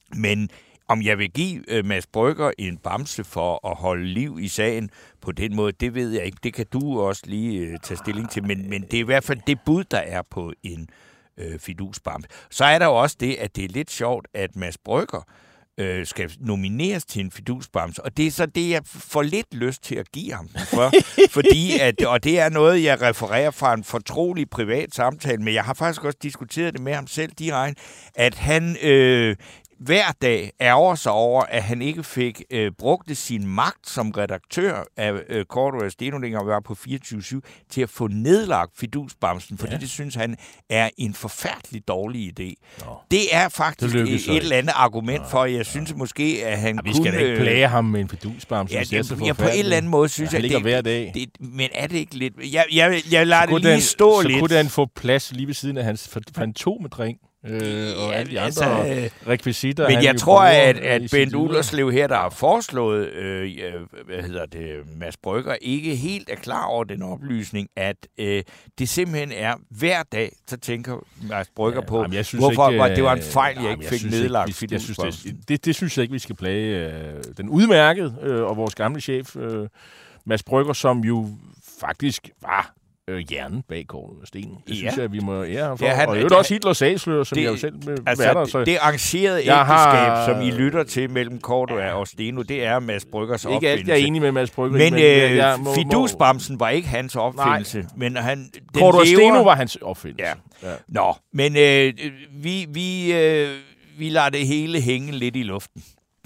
Men om jeg vil give uh, Mads Brügger en bamse for at holde liv i sagen på den måde, det ved jeg ikke. Det kan du også lige uh, tage stilling til, men, men det er i hvert fald det bud, der er på en uh, fidusbamse. Så er der jo også det, at det er lidt sjovt, at Mads Brügger uh, skal nomineres til en fidusbamse, og det er så det, jeg får lidt lyst til at give ham for, fordi at, og det er noget, jeg refererer fra en fortrolig privat samtale, men jeg har faktisk også diskuteret det med ham selv direkte, at han øh, hver dag ærger sig over, at han ikke fik øh, brugt sin magt som redaktør af øh, Cordua Steno, dengang var på fireogtyve syv, til at få nedlagt fidusbamsen, fordi ja. det synes han er en forfærdelig dårlig idé. Nå. Det er faktisk det et, et eller andet argument for, at jeg synes ja. måske, at han ja, kunne... Vi skal da ikke plage ham med en fidusbamse. Ja, det, jeg, jeg på en eller anden måde synes ja, jeg... det, hver dag. Det, men er det ikke lidt... Jeg, jeg, jeg lader det lige den, stå så lidt. Så kunne den få plads lige ved siden af hans fantomedring. Øh, og ja, alle de andre altså, rekvisitter. Men jeg tror, at, at Bent Ullerslev her, der har foreslået, øh, hvad hedder det, Mads Brügger, ikke helt er klar over den oplysning, at øh, det simpelthen er hver dag, så tænker Mads Brügger ja, på, jamen, hvorfor ikke, det var en fejl, jeg ikke fik nedlagt. Ikke, jeg synes, det, det, det synes jeg ikke, vi skal plage øh, den udmærkede øh, og vores gamle chef, øh, Mads Brügger, som jo faktisk var Øh, hjernen bag Cordua Steno. Det ja. synes jeg, vi må ære for. Ja, han, og det er også Hitlers sagslører, som det, jeg jo selv vil altså, være der. Så det arrangerede ægteskab, har, som I lytter til mellem Cordua ja. og Steno, det er Mads Brüggers opfindelse. Ikke alt, jeg er enig med Mads Brügger. Men, men øh, jeg må, fidusbamsen var ikke hans opfindelse. Nej. Men han, Cordua Steno var hans opfindelse. Ja. Ja. Nå, men øh, vi, vi, øh, vi lader det hele hænge lidt i luften.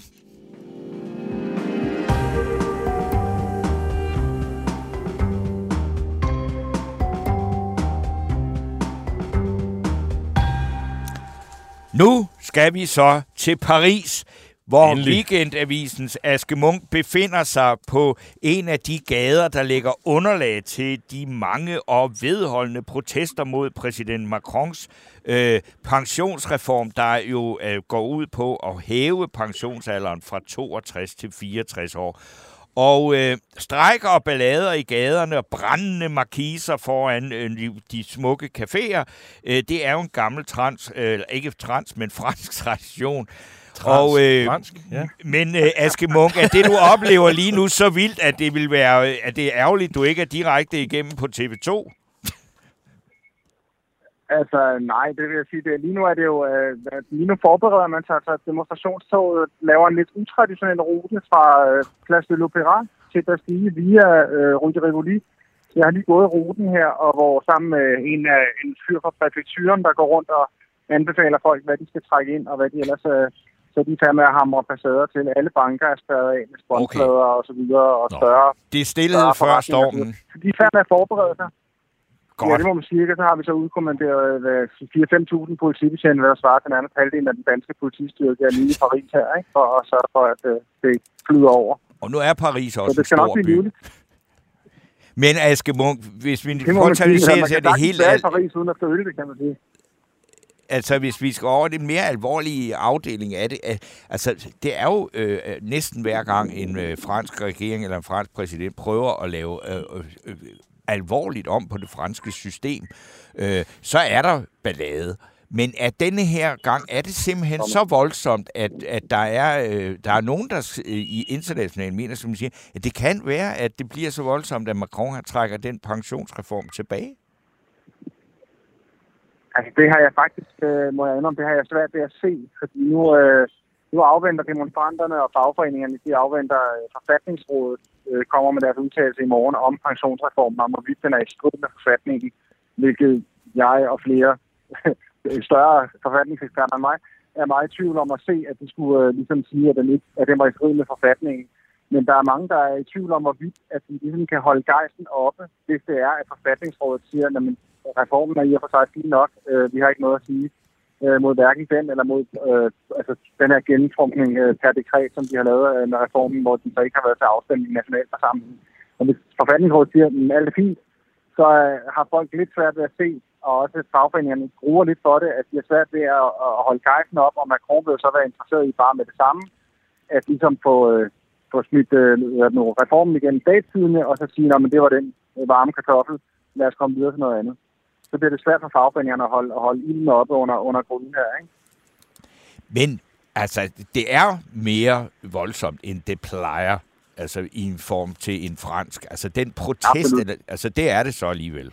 Nu skal vi så til Paris, hvor Endelig. Weekendavisens Aske Munk befinder sig på en af de gader, der lægger underlag til de mange og vedholdende protester mod præsident Macrons øh, pensionsreform, der jo øh, går ud på at hæve pensionsalderen fra toogtres til fireogtres år. Og øh, strejker og ballader i gaderne og brændende markiser foran øh, de, de smukke caféer, øh, det er jo en gammel trans, øh, ikke trans, men fransk tradition. Trans, og, øh, fransk, ja. Men øh, Aske Munk, er det du oplever lige nu så vildt, at det vil være, at det er ærgerligt, du ikke er direkte igennem på T V to? Altså, nej, det vil jeg sige. Det. Lige nu er det jo, øh, lige nu forbereder man sig, at demonstrationstoget laver en lidt utraditionel rute fra øh, Place de l'Opéra til Bastille via øh, Rue de Rivoli. Jeg har lige gået ruten her, og hvor sammen med en, øh, en fyr fra præfekturen, der går rundt og anbefaler folk, hvad de skal trække ind, og hvad de ellers øh, så de er færdige med at hamre passader til. Alle banker er spærret af med sponsplader okay. og så videre, og større... Nå. Det er stillhed før stormen. De er færdige med at forberede sig. Godt. Ja, det må man sige. Så har vi så udkommanderet fire til fem tusind politibetjente, hvad der svarer til nærmest halvdelen af den danske politistyrke er lige i Paris her, ikke? For at sørge for, at uh, det flyder over. Og nu er Paris også en stor by. Men Aske Munk, hvis vi potentialiserer sig det hele... Man kan Paris uden at føle det, kan man sige. Altså, hvis vi skal over det mere alvorlige afdeling af det, altså, det er jo øh, næsten hver gang en øh, fransk regering eller en fransk præsident prøver at lave øh, øh, alvorligt om på det franske system, øh, så er der ballade. Men at denne her gang er det simpelthen så voldsomt, at, at der, er, øh, der er nogen, der øh, i internationale medier, som siger, at det kan være, at det bliver så voldsomt, at Macron har trækker den pensionsreform tilbage. Altså, det har jeg faktisk, øh, må jeg indrømme, det har jeg svært ved at se, fordi nu, øh, nu afventer demonstranterne og fagforeningerne, de afventer øh, forfatningsrådet, øh, kommer med deres udtalelse i morgen om pensionsreformen, om hvorvidt den er i strid med forfatningen, hvilket jeg og flere større forfatningseksperter end mig er meget i tvivl om at se, at de skulle øh, ligesom sige, at den, ikke, at den var i strid med forfatningen. Men der er mange, der er i tvivl om, hvorvidt at de ligesom kan holde gejsten oppe, hvis det er, at forfatningsrådet siger, at reformen er i og for sig fint nok. Øh, vi har ikke noget at sige øh, mod hverken den eller mod øh, altså, den her gennemtrumning øh, per dekret, som de har lavet øh, med reformen, hvor de så ikke har været til afstemning i nationalforsamlingen. Og hvis forfatningsrådet siger, at alt er fint, så øh, har folk lidt svært ved at se, og også fagforeningerne gruer lidt for det, at de er svært ved at, at holde gejsten op, og Macron vil så være interesseret i bare med det samme, at ligesom få, øh, få smidt øh, reformen igen i statstidene, og så sige, at det var den varme kartoffel, lad os komme videre til noget andet. Så bliver det svært for fagforeningerne at holde, at holde ilden oppe under, under grunden her, ikke? Men altså, det er mere voldsomt, end det plejer, altså i en form til en fransk. Altså, den protest, eller, altså, det er det så alligevel.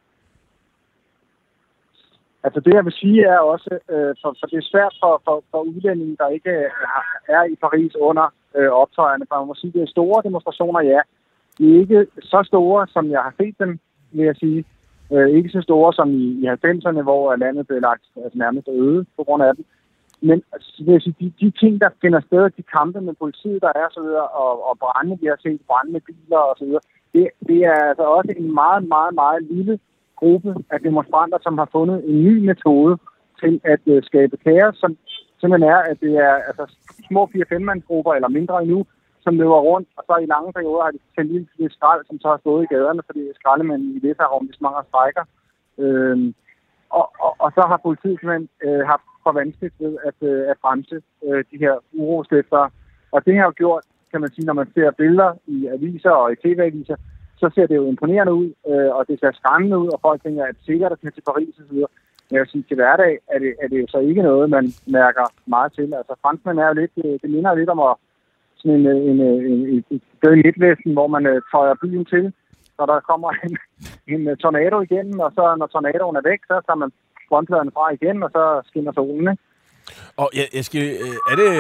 Altså det, jeg vil sige, er også, øh, for, for det er svært for, for, for udlændinge, der ikke er i Paris under øh, optøjerne. For man må sige, det er store demonstrationer, ja. De er ikke så store, som jeg har set dem, vil jeg sige. Øh, ikke så store som i, i halvfemserne, hvor landet blev lagt altså, nærmest øde på grund af dem. Men altså, vil jeg sige, de, de ting, der finder sted, de kampe med politiet, der er så videre, og, og brænde, vi har set brænde med biler og så videre, det, det er altså også en meget, meget, meget lille gruppe af demonstranter, som har fundet en ny metode til at uh, skabe kaos, som simpelthen er, at det er altså, små fire-fem-mandsgrupper, eller mindre endnu, som løber rundt, og så i lange perioder har de sendt ind til det skrald, som så har stået i gaderne, fordi skraldemændene i Vesterhavn, de smanger strækker. Øhm, og, og, og så har politiet simpelthen øh, haft for vanskeligt ved at, øh, at bremse øh, de her urostiftere. Og det har jo gjort, kan man sige, når man ser billeder i aviser og i tv-aviser, så ser det jo imponerende ud, øh, og det ser skræmmende ud, og folk tænker, at det er sikkert at tage til Paris og så videre. Men jeg vil sige, til hverdag er det, er det jo så ikke noget, man mærker meget til. Altså franskmænd er jo lidt, det minder lidt om at sådan en, en, en, en, en sted i Midtvesten, hvor man øh, tøjer byen til, så der kommer en, en tornado igennem, og så når tornadoen er væk, så tager man frontladerne fra igen, og så skinner solen, ikke? Og jeg, jeg skal, er det,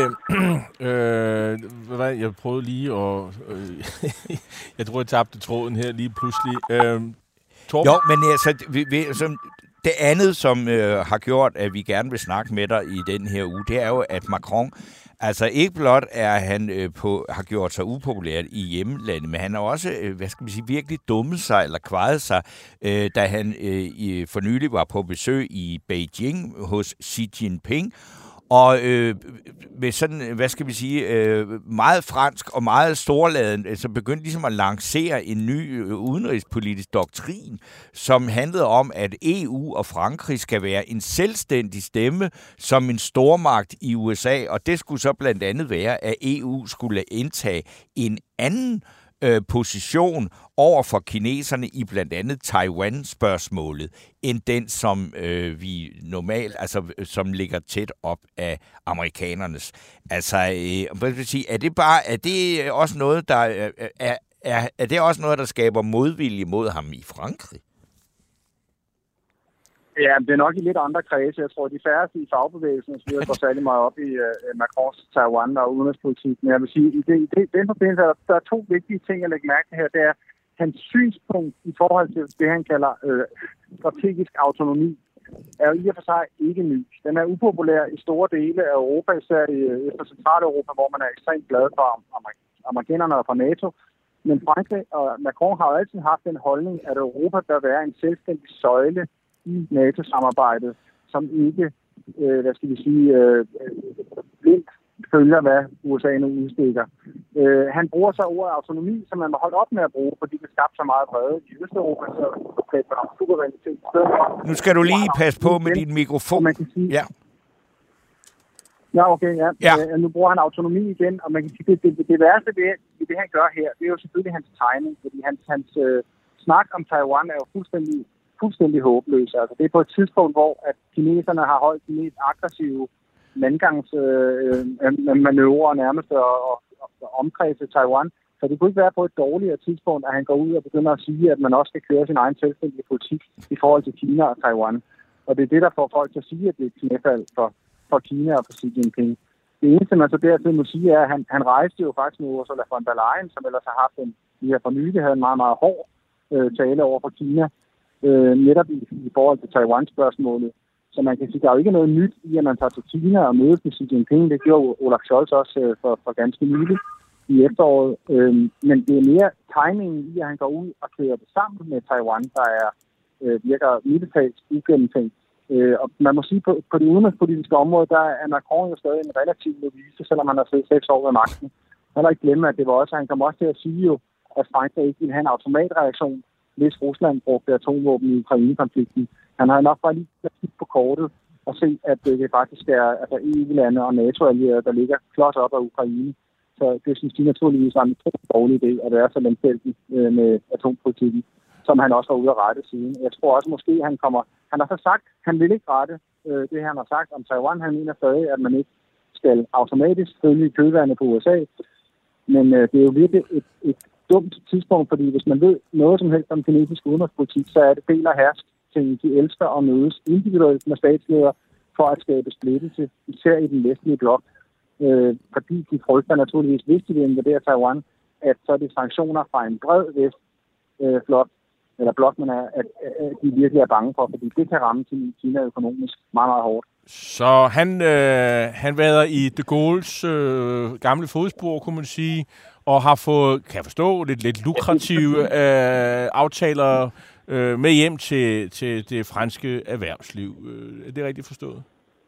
øh, hvad, jeg prøvede lige at, øh, jeg tror, jeg tabte tråden her lige pludselig. Øh, jo, men altså, vi, vi, som, det andet, som øh, har gjort, at vi gerne vil snakke med dig i den her uge, det er jo, at Macron, altså ikke blot er han øh, på, har gjort sig upopulær i hjemlandet, men han har også, øh, hvad skal man sige, virkelig dummet sig eller kvaret sig, øh, da han øh, i, for nylig var på besøg i Beijing hos Xi Jinping. Og øh, med sådan, hvad skal vi sige, øh, meget fransk og meget storladen, så begyndte ligesom at lancere en ny øh, udenrigspolitisk doktrin, som handlede om, at E U og Frankrig skal være en selvstændig stemme som en stormagt i U S A, og det skulle så blandt andet være, at E U skulle indtage en anden øh, position over for kineserne i blandt andet Taiwan-spørgsmålet, end den, som øh, vi normalt, altså som ligger tæt op af amerikanernes. Altså, øh, hvad skal jeg sige, er det bare, er det også noget, der er, er, er, er det også noget, der skaber modvilje mod ham i Frankrig? Ja, det er nok i lidt andre kredse. Jeg tror, de færreste i fagbevægelsen og så videre går særlig meget op i uh, Macrons Taiwan og udenrigspolitik. Men jeg vil sige, i, det, i det, den forbindelse, der, der er to vigtige ting, jeg lægger mærke til her. Det er hans synspunkt i forhold til det, han kalder øh, strategisk autonomi, er jo i og for sig ikke ny. Den er upopulær i store dele af Europa, især i Øst- og Centraleuropa, hvor man er ekstremt glad for amerikanerne og for NATO. Men Frankrig og Macron har jo altid haft den holdning, at Europa bør være en selvstændig søjle i NATO-samarbejdet, som ikke, øh, hvad skal vi sige, øh, blindt følger, hvad U S A nu udstikker. Øh, han bruger så ordet autonomi, som man må holde op med at bruge, fordi det skabte så meget vrede i Østeuropa, så det er suverænitet. Nu skal du lige passe på med din mikrofon. Man kan sige, ja. Ja, okay, ja. ja. Øh, nu bruger han autonomi igen, og man kan sige, det, det, det værste ved det, det, han gør her, det er jo selvfølgelig hans timing, fordi hans, hans øh, snak om Taiwan er jo fuldstændig fuldstændig håbløs. Altså, det er på et tidspunkt, hvor at kineserne har holdt de mest aggressive landgangsmanøvrer øh, nærmest og, og, og omkredse Taiwan. Så det kunne ikke være på et dårligere tidspunkt, at han går ud og begynder at sige, at man også skal køre sin egen selvstændige politik i forhold til Kina og Taiwan. Og det er det, der får folk til at sige, at det er et knæfald for, for Kina og for Xi Jinping. Det eneste, man så dertil må sige, er, at han, han rejste jo faktisk med Ursula von der Leyen, som ellers har haft en, de her for nylig havde en meget, meget hård øh, tale over for Kina. Øh, netop i, i forhold til Taiwan-spørgsmålet. Så man kan sige, at der er jo ikke noget nyt i, at man tager til Kina og mødes med Xi Jinping. Det gjorde Olaf Scholz også øh, for, for ganske nylig i efteråret. Øh, men det er mere timingen i, at han går ud og kører det sammen med Taiwan, der er, øh, virker militært ugennemtænkt. Øh, og man må sige, på, på det udenrigspolitiske område, der er Macron jo stadig en relativ novise, selvom han har siddet seks år ved magten. Man har ikke glemme, at det var også, han kom også til at sige jo, at Frankrig ikke ville have en automatreaktion, hvis Rusland brugte atomvåben i Ukraine-konflikten. Han har nok bare lige kigget på kortet og se, at det faktisk er altså E U-lande og NATO-allierede, der ligger klods op af Ukraine. Så det synes de naturligvis er en utrolig dårlig idé, at være så lemfældig med atompolitikken, som han også var ude at rette siden. Jeg tror også måske, han kommer... Han har så sagt, han vil ikke rette det, han har sagt om Taiwan. Han mener stadig, at man ikke skal automatisk følge kølvandet på U S A. Men øh, det er jo virkelig et, et dumt tidspunkt, fordi hvis man ved noget som helst om kinesisk udenrigspolitik, så er det del og hersk til, de elsker at mødes individuelt med statsledere for at skabe splittelse, især i den vestlige blok. Øh, fordi de frygter naturligvis, hvis de vil invadere Taiwan, at så er det sanktioner fra en bred vestflok, øh, eller blok, man er, at, at de virkelig er bange for, fordi det kan ramme Kina økonomisk meget, meget hårdt. Så han, øh, han vader i de Gaulles øh, gamle fodspor, kunne man sige, og har fået, kan jeg forstå, lidt, lidt lukrative øh, aftaler øh, med hjem til, til det franske erhvervsliv. Øh, er det rigtigt forstået?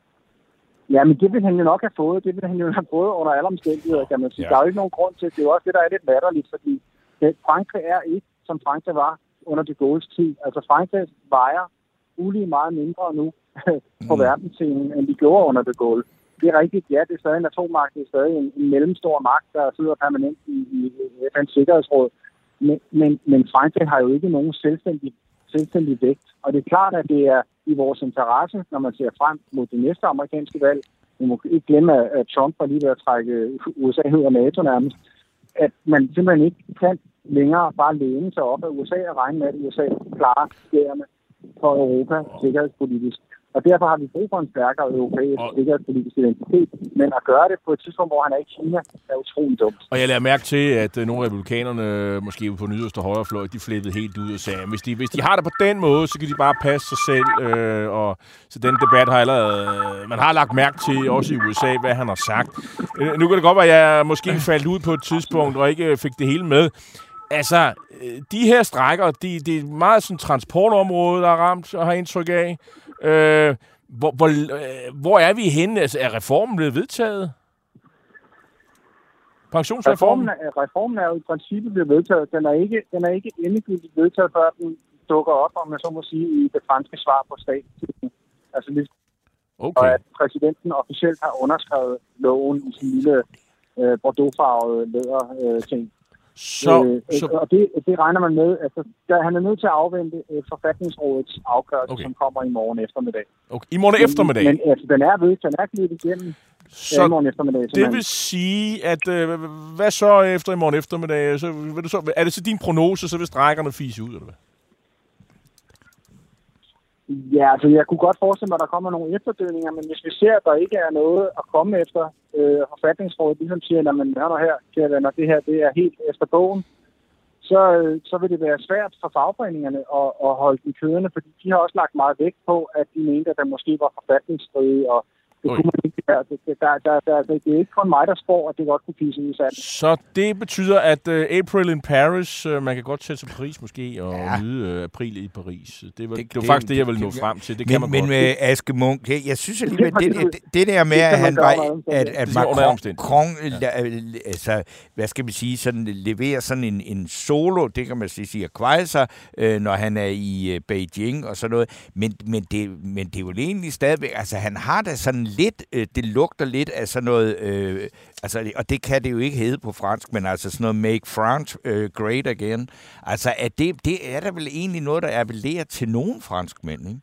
Ja, men det vil han jo nok have fået. Det vil han jo have fået under alle omstændigheder, kan man sige. Ja. Der er jo ikke nogen grund til det. Det er jo også det, der er lidt latterligt, fordi det, Frankrig er ikke, som Frankrig var under de Gaulles tid. Altså Frankrig vejer ulige meget mindre nu på mm. verdensscenen, end de gjorde under de Gaulle. Det er rigtigt, ja, det er stadig en atommagt, det er stadig en, en mellemstor magt, der sidder permanent i, i F N's Sikkerhedsråd. Men, men, men Frankrig har jo ikke nogen selvstændig, selvstændig vægt. Og det er klart, at det er i vores interesse, når man ser frem mod det næste amerikanske valg. Vi må ikke glemme, at Trump var lige ved at trække U S A ud af NATO nærmest. At man simpelthen ikke kan længere bare læne sig op af U S A og regne med, at U S A klarer skærene for Europa sikkerhedspolitisk. Og derfor har vi brug for en stærkere europæisk og... sikkerhedspolitisk identitet. Men at gøre det på et tidspunkt, hvor han er i Kina, er utroligt dumt. Og jeg lader mærke til, at uh, nogle af republikanerne, måske på den yderste højrefløj, de flippede helt ud og sagde, hvis de, hvis de har det på den måde, så kan de bare passe sig selv. Øh, og så den debat har allerede... Øh, man har lagt mærke til, også i U S A, hvad han har sagt. Øh, nu kan det godt være, at jeg måske faldt ud på et tidspunkt, og ikke fik det hele med. Altså, de her strækker, de, det er meget sådan transportområde, der er ramt, og har indtryk af. Øh, hvor, hvor, øh, hvor er vi henne? Altså, er reformen blevet vedtaget? Pensionsreformen? Reformen er, reformen er jo i princippet blevet vedtaget. Den er ikke, den er ikke endegyldigt vedtaget, før den dukker op, om man så må sige, i det franske svar på statstiden. Altså, ligesom, okay. Og at præsidenten officielt har underskrevet loven i sin lille øh, bordeauxfarvede læder øh, ting. Så, øh, så... Og det, det regner man med. Altså, der, han er nødt til at afvente øh, forfatningsrådets afgørelse, okay. som kommer i morgen eftermiddag. Okay. I morgen eftermiddag? Men, men altså, den er ved, den er givet igennem så i morgen eftermiddag. Det vil sige, at øh, hvad så efter i morgen eftermiddag? Så, vil du så, er det så din prognose, så vil strækkerne fise ud, eller hvad? Ja, altså jeg kunne godt forestille mig, at der kommer nogle efterdønninger, men hvis vi ser, at der ikke er noget at komme efter, øh, forfatningsrådet ligesom siger, at man hør her, kære venner, det her det er helt efter bogen, så, øh, så vil det være svært for fagforeningerne at, at holde dem kørende, fordi de har også lagt meget vægt på, at de mente, at der måske var forfatningsstridige, og det kunne man ikke gøre. Det, der, der, der, det er ikke kun mig, der spår, at det godt kunne pisse ud sandt. Så det betyder, at uh, April in Paris, uh, man kan godt tage til Paris måske, og ja. nyde uh, april i Paris. Det var, det, det var det, faktisk det, jeg ville nå det, frem til. Det men, kan man men godt. med Aske Munk, jeg, jeg synes alligevel, det, det, det der med, at han var, at, at Macron, Macron ja. altså, hvad skal man sige, sådan, leverer sådan en, en solo, det kan man sige, at kveje sig, øh, når han er i øh, Beijing og sådan noget. Men, men, det, men det er jo egentlig stadigvæk, altså han har da sådan lidt, øh, det lugter lidt af sådan noget, øh, altså, og det kan det jo ikke hedde på fransk, men altså sådan noget make France øh, great again. Altså, er det, det er der vel egentlig noget, der appellerer til nogen franskmænd, ikke?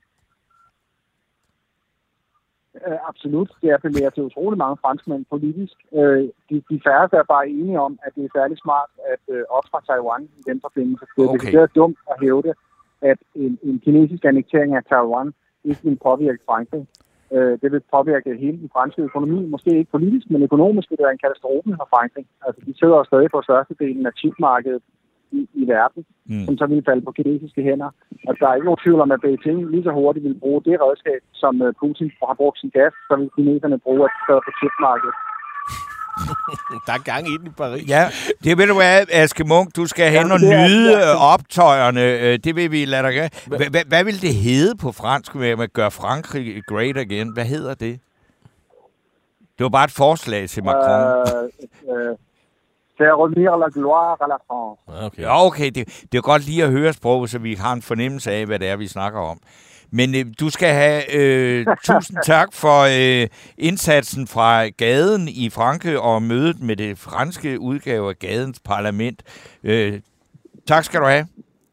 Uh, absolut. Det appellerer til utrolig mange franskmænd politisk. Uh, de, de færreste er bare enige om, at det er særlig smart at uh, ofre Taiwan i den forbindelse. Okay. Det er dumt at hævde, at en, en kinesisk annektering af Taiwan ikke vil påvirke Frankrig. Uh, det vil påvirke hele den franske økonomi. Måske ikke politisk, men økonomisk vil det være en katastrofe for Frankrig. Altså, de sidder stadig på størstedelen af chipmarkedet i, i verden, mm. som så vil falde på kinesiske hænder. Og der er ikke nogen tvivl om, at Beijing lige så hurtigt vil bruge det redskab, som Putin har brugt sin gas, så vil kineserne bruge at stå på chipmarkedet. Der er gang i den i Paris. Ja, det vil du have, Aske Munk. Du skal hen og nyde optøjerne. Det vil vi lade dig gøre. Hvad vil det hedde på fransk med at gøre Frankrig great again? Hvad hedder det? Det var bare et forslag til Macron. Uh, uh, Faire revenir la gloire à la France. Okay. Ja, okay. Det, det er godt lige at høre sproget, så vi har en fornemmelse af, hvad det er, vi snakker om. Men øh, du skal have øh, tusind tak for øh, indsatsen fra gaden i Frankrig og mødet med det franske udgave af gadens parlament. Øh, tak skal du have.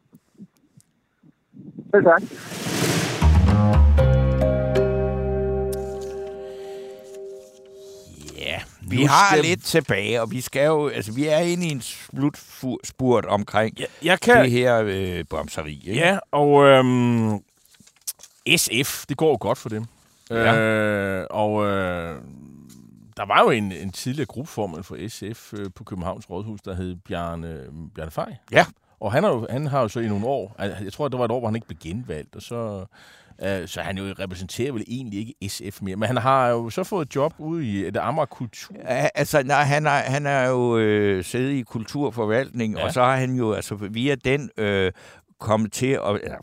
Selv tak. vi har skal... lidt tilbage, og vi skal jo, altså vi er inde i en slutspurt omkring ja, jeg kan... det her øh, bremseri. Ikke? Ja, og øhm, S F, det går jo godt for dem. Ja. Øh, og øh, der var jo en, en tidligere gruppeformand for S F øh, på Københavns Rådhus, der hed Bjarne, Bjarne Fej. Ja. Og han har, jo, han har jo så i nogle år, jeg tror, det var et år, hvor han ikke blev genvalgt, og så, øh, så han jo repræsenterer vel egentlig ikke S F mere. Men han har jo så fået et job ude i det Amager Kultur. Ja, altså, nej, han er, han er jo øh, siddet i kulturforvaltning, ja. Og så har han jo altså via den øh, kommet til at... Eller,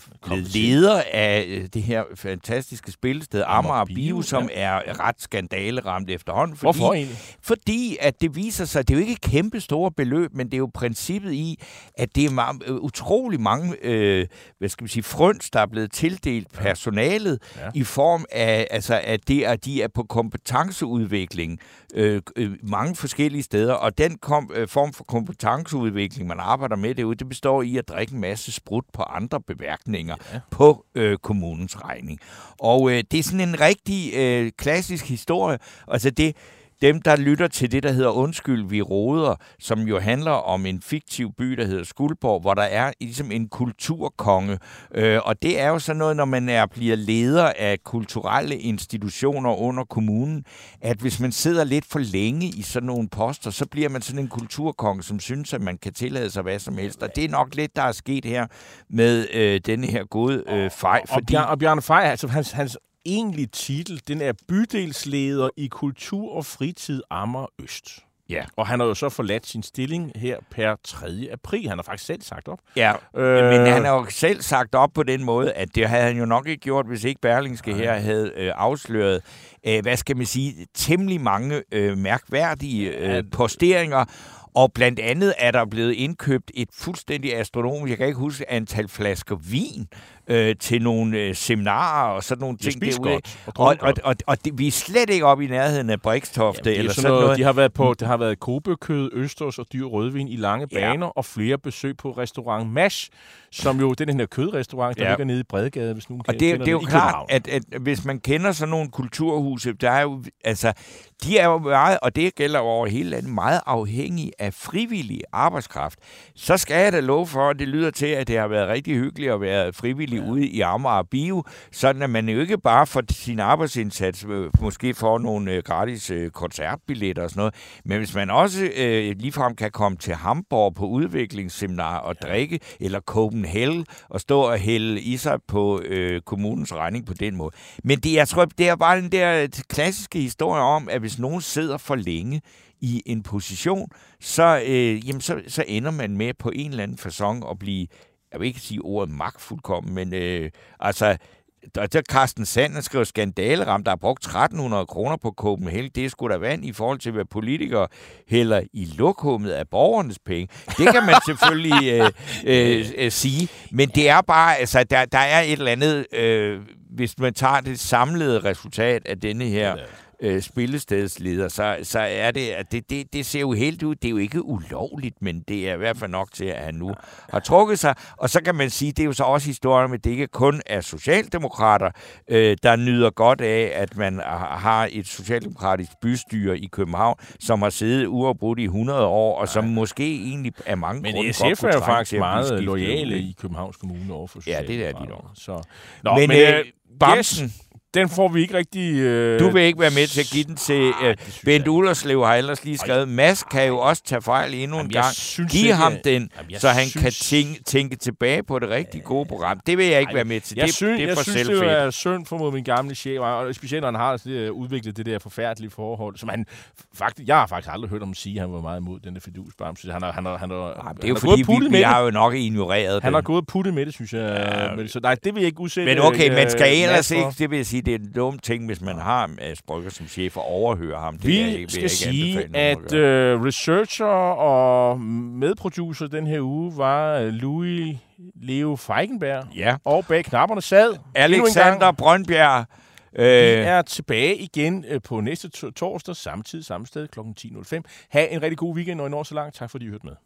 leder af det her fantastiske spillested Amager Bio, som ja. er ret skandaleramt efterhånden. Fordi, Hvorfor egentlig? Fordi at det viser sig, det er jo ikke kæmpe store beløb, men det er jo princippet i, at det er meget, utrolig mange øh, hvad skal vi sige, frøns, der er blevet tildelt personalet ja. i form af, altså, at det er, de er på kompetenceudvikling øh, øh, mange forskellige steder, og den kom, øh, form for kompetenceudvikling, man arbejder med derude, det består i at drikke en masse sprut på andre beværkninger ja. på øh, kommunens regning. Og øh, det er sådan en rigtig øh, klassisk historie. Altså det, dem, der lytter til det, der hedder Undskyld, vi roder, som jo handler om en fiktiv by, der hedder Skuldborg, hvor der er ligesom en kulturkonge. Øh, og det er jo sådan noget, når man er, bliver leder af kulturelle institutioner under kommunen, at hvis man sidder lidt for længe i sådan nogle poster, så bliver man sådan en kulturkonge, som synes, at man kan tillade sig hvad som helst. Og det er nok lidt, der er sket her med øh, denne her gode øh, Fej. Fordi... Og, Bjarne, og Bjarne Fej, altså hans... hans egentlig titel, den er bydelsleder i Kultur og Fritid Amager Øst. Ja. Og han har jo så forladt sin stilling her per tredje april. Han har faktisk selv sagt op. Ja, øh... men han har jo selv sagt op på den måde, at det havde han jo nok ikke gjort, hvis ikke Berlingske her havde øh, afsløret, øh, hvad skal man sige, temmelig mange øh, mærkværdige øh, posteringer. Og blandt andet er der blevet indkøbt et fuldstændig astronomisk, jeg kan ikke huske, antal flasker vin øh, til nogle øh, seminarer og sådan nogle ting derude. Og, og, og, og, og det, vi er slet ikke oppe i nærheden af Brixtofte. Jamen, eller sådan sådan noget. noget. De har været på, det har været kobekød, østers og dyr rødvin i lange ja. baner, og flere besøg på restaurant Mash, som jo den her kødrestaurant, der ja. ligger nede i Bredgade, hvis nogen og det, det er jo klart, at, at hvis man kender sådan nogle kulturhuse, der er jo, altså, de er jo meget, og det gælder over hele landet, meget afhængige af frivillig arbejdskraft. Så skal jeg da love for, at det lyder til, at det har været rigtig hyggeligt at være frivillig ja. ude i Amager Bio, sådan at man jo ikke bare for sin arbejdsindsats måske får nogle gratis koncertbilletter og sådan noget, men hvis man også øh, ligefrem kan komme til Hamburg på udviklingsseminar og ja. drikke, eller Copenhagen og stå og hælde i sig på øh, kommunens regning på den måde. Men det, jeg tror, det er bare den der klassiske historie om, at hvis nogen sidder for længe i en position, så, øh, jamen, så, så ender man med på en eller anden facon at blive, jeg vil ikke sige ordet magtfuldkommen, men øh, altså, der er Carsten Sander skriver skandaleramt, der har brugt tretten hundrede kroner på Copenhagen. Det er sgu da vand i forhold til, hvad politikere hælder i lokummet af borgernes penge. Det kan man selvfølgelig øh, øh, øh, sige. Men det er bare, altså, der, der er et eller andet, øh, hvis man tager det samlede resultat af denne her øh, spillestedsleder, så, så er det, at det, det, det ser jo helt ud. Det er jo ikke ulovligt, men det er i hvert fald nok til, at han nu har trukket sig. Og så kan man sige, det er jo så også historien med, at det ikke kun er socialdemokrater, øh, der nyder godt af, at man har et socialdemokratisk bystyre i København, som har siddet uafbrudt i hundrede år, og som måske egentlig er mange men grunde S F er jo faktisk meget loyale i Københavns Kommune overfor socialdemokrater. Ja, det er de nok. Så. Nå, men men øh, Bamsen... Yes. Den får vi ikke rigtig... Øh... Du vil ikke være med til at give den til... Øh, Bent Ullerslev har ellers lige skrevet, Mads kan jo også tage fejl endnu en gang. Giv ikke, ham den, jamen, så han synes... kan tænke, tænke tilbage på det rigtig gode program. Det vil jeg ikke Ej, være med til. Jeg det, synes, det er jeg for synes, det er synd for mod min gamle chef, og specielt når han har det, udviklet det der forfærdelige forhold, som han faktisk... Jeg har faktisk aldrig hørt ham sige, at han var meget imod den der fidusbamse. Han har, han har, han har, Jamen, det er jo fordi, vi, vi har jo nok ignoreret Han har gået og puttet med det, synes jeg. Ja. Så nej, det vil jeg ikke udsætte. Men okay, men skal ellers ikke... Det vil jeg sige, det er en dum ting, hvis man har uh, Sprøjker som chef og overhører ham. Det vi jeg, vil skal jeg sige, at uh, researcher og medproducer den her uge var Louis Leo Feigenberg. Ja. Og bag knapperne sad Alexander Brøndbjerg. Vi er tilbage igen på næste to- torsdag, samme tid, samme sted, klokken ti nul fem. Ha' en rigtig god weekend, når I når så langt. Tak fordi I hørte med.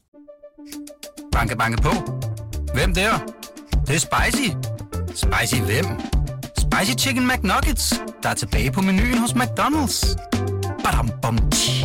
Banke, banke på. Hvem der? Det, det er spicy. Spicy hvem? Spicy Chicken McNuggets, der er tilbage på menuen hos McDonald's. Badum, bom, tji.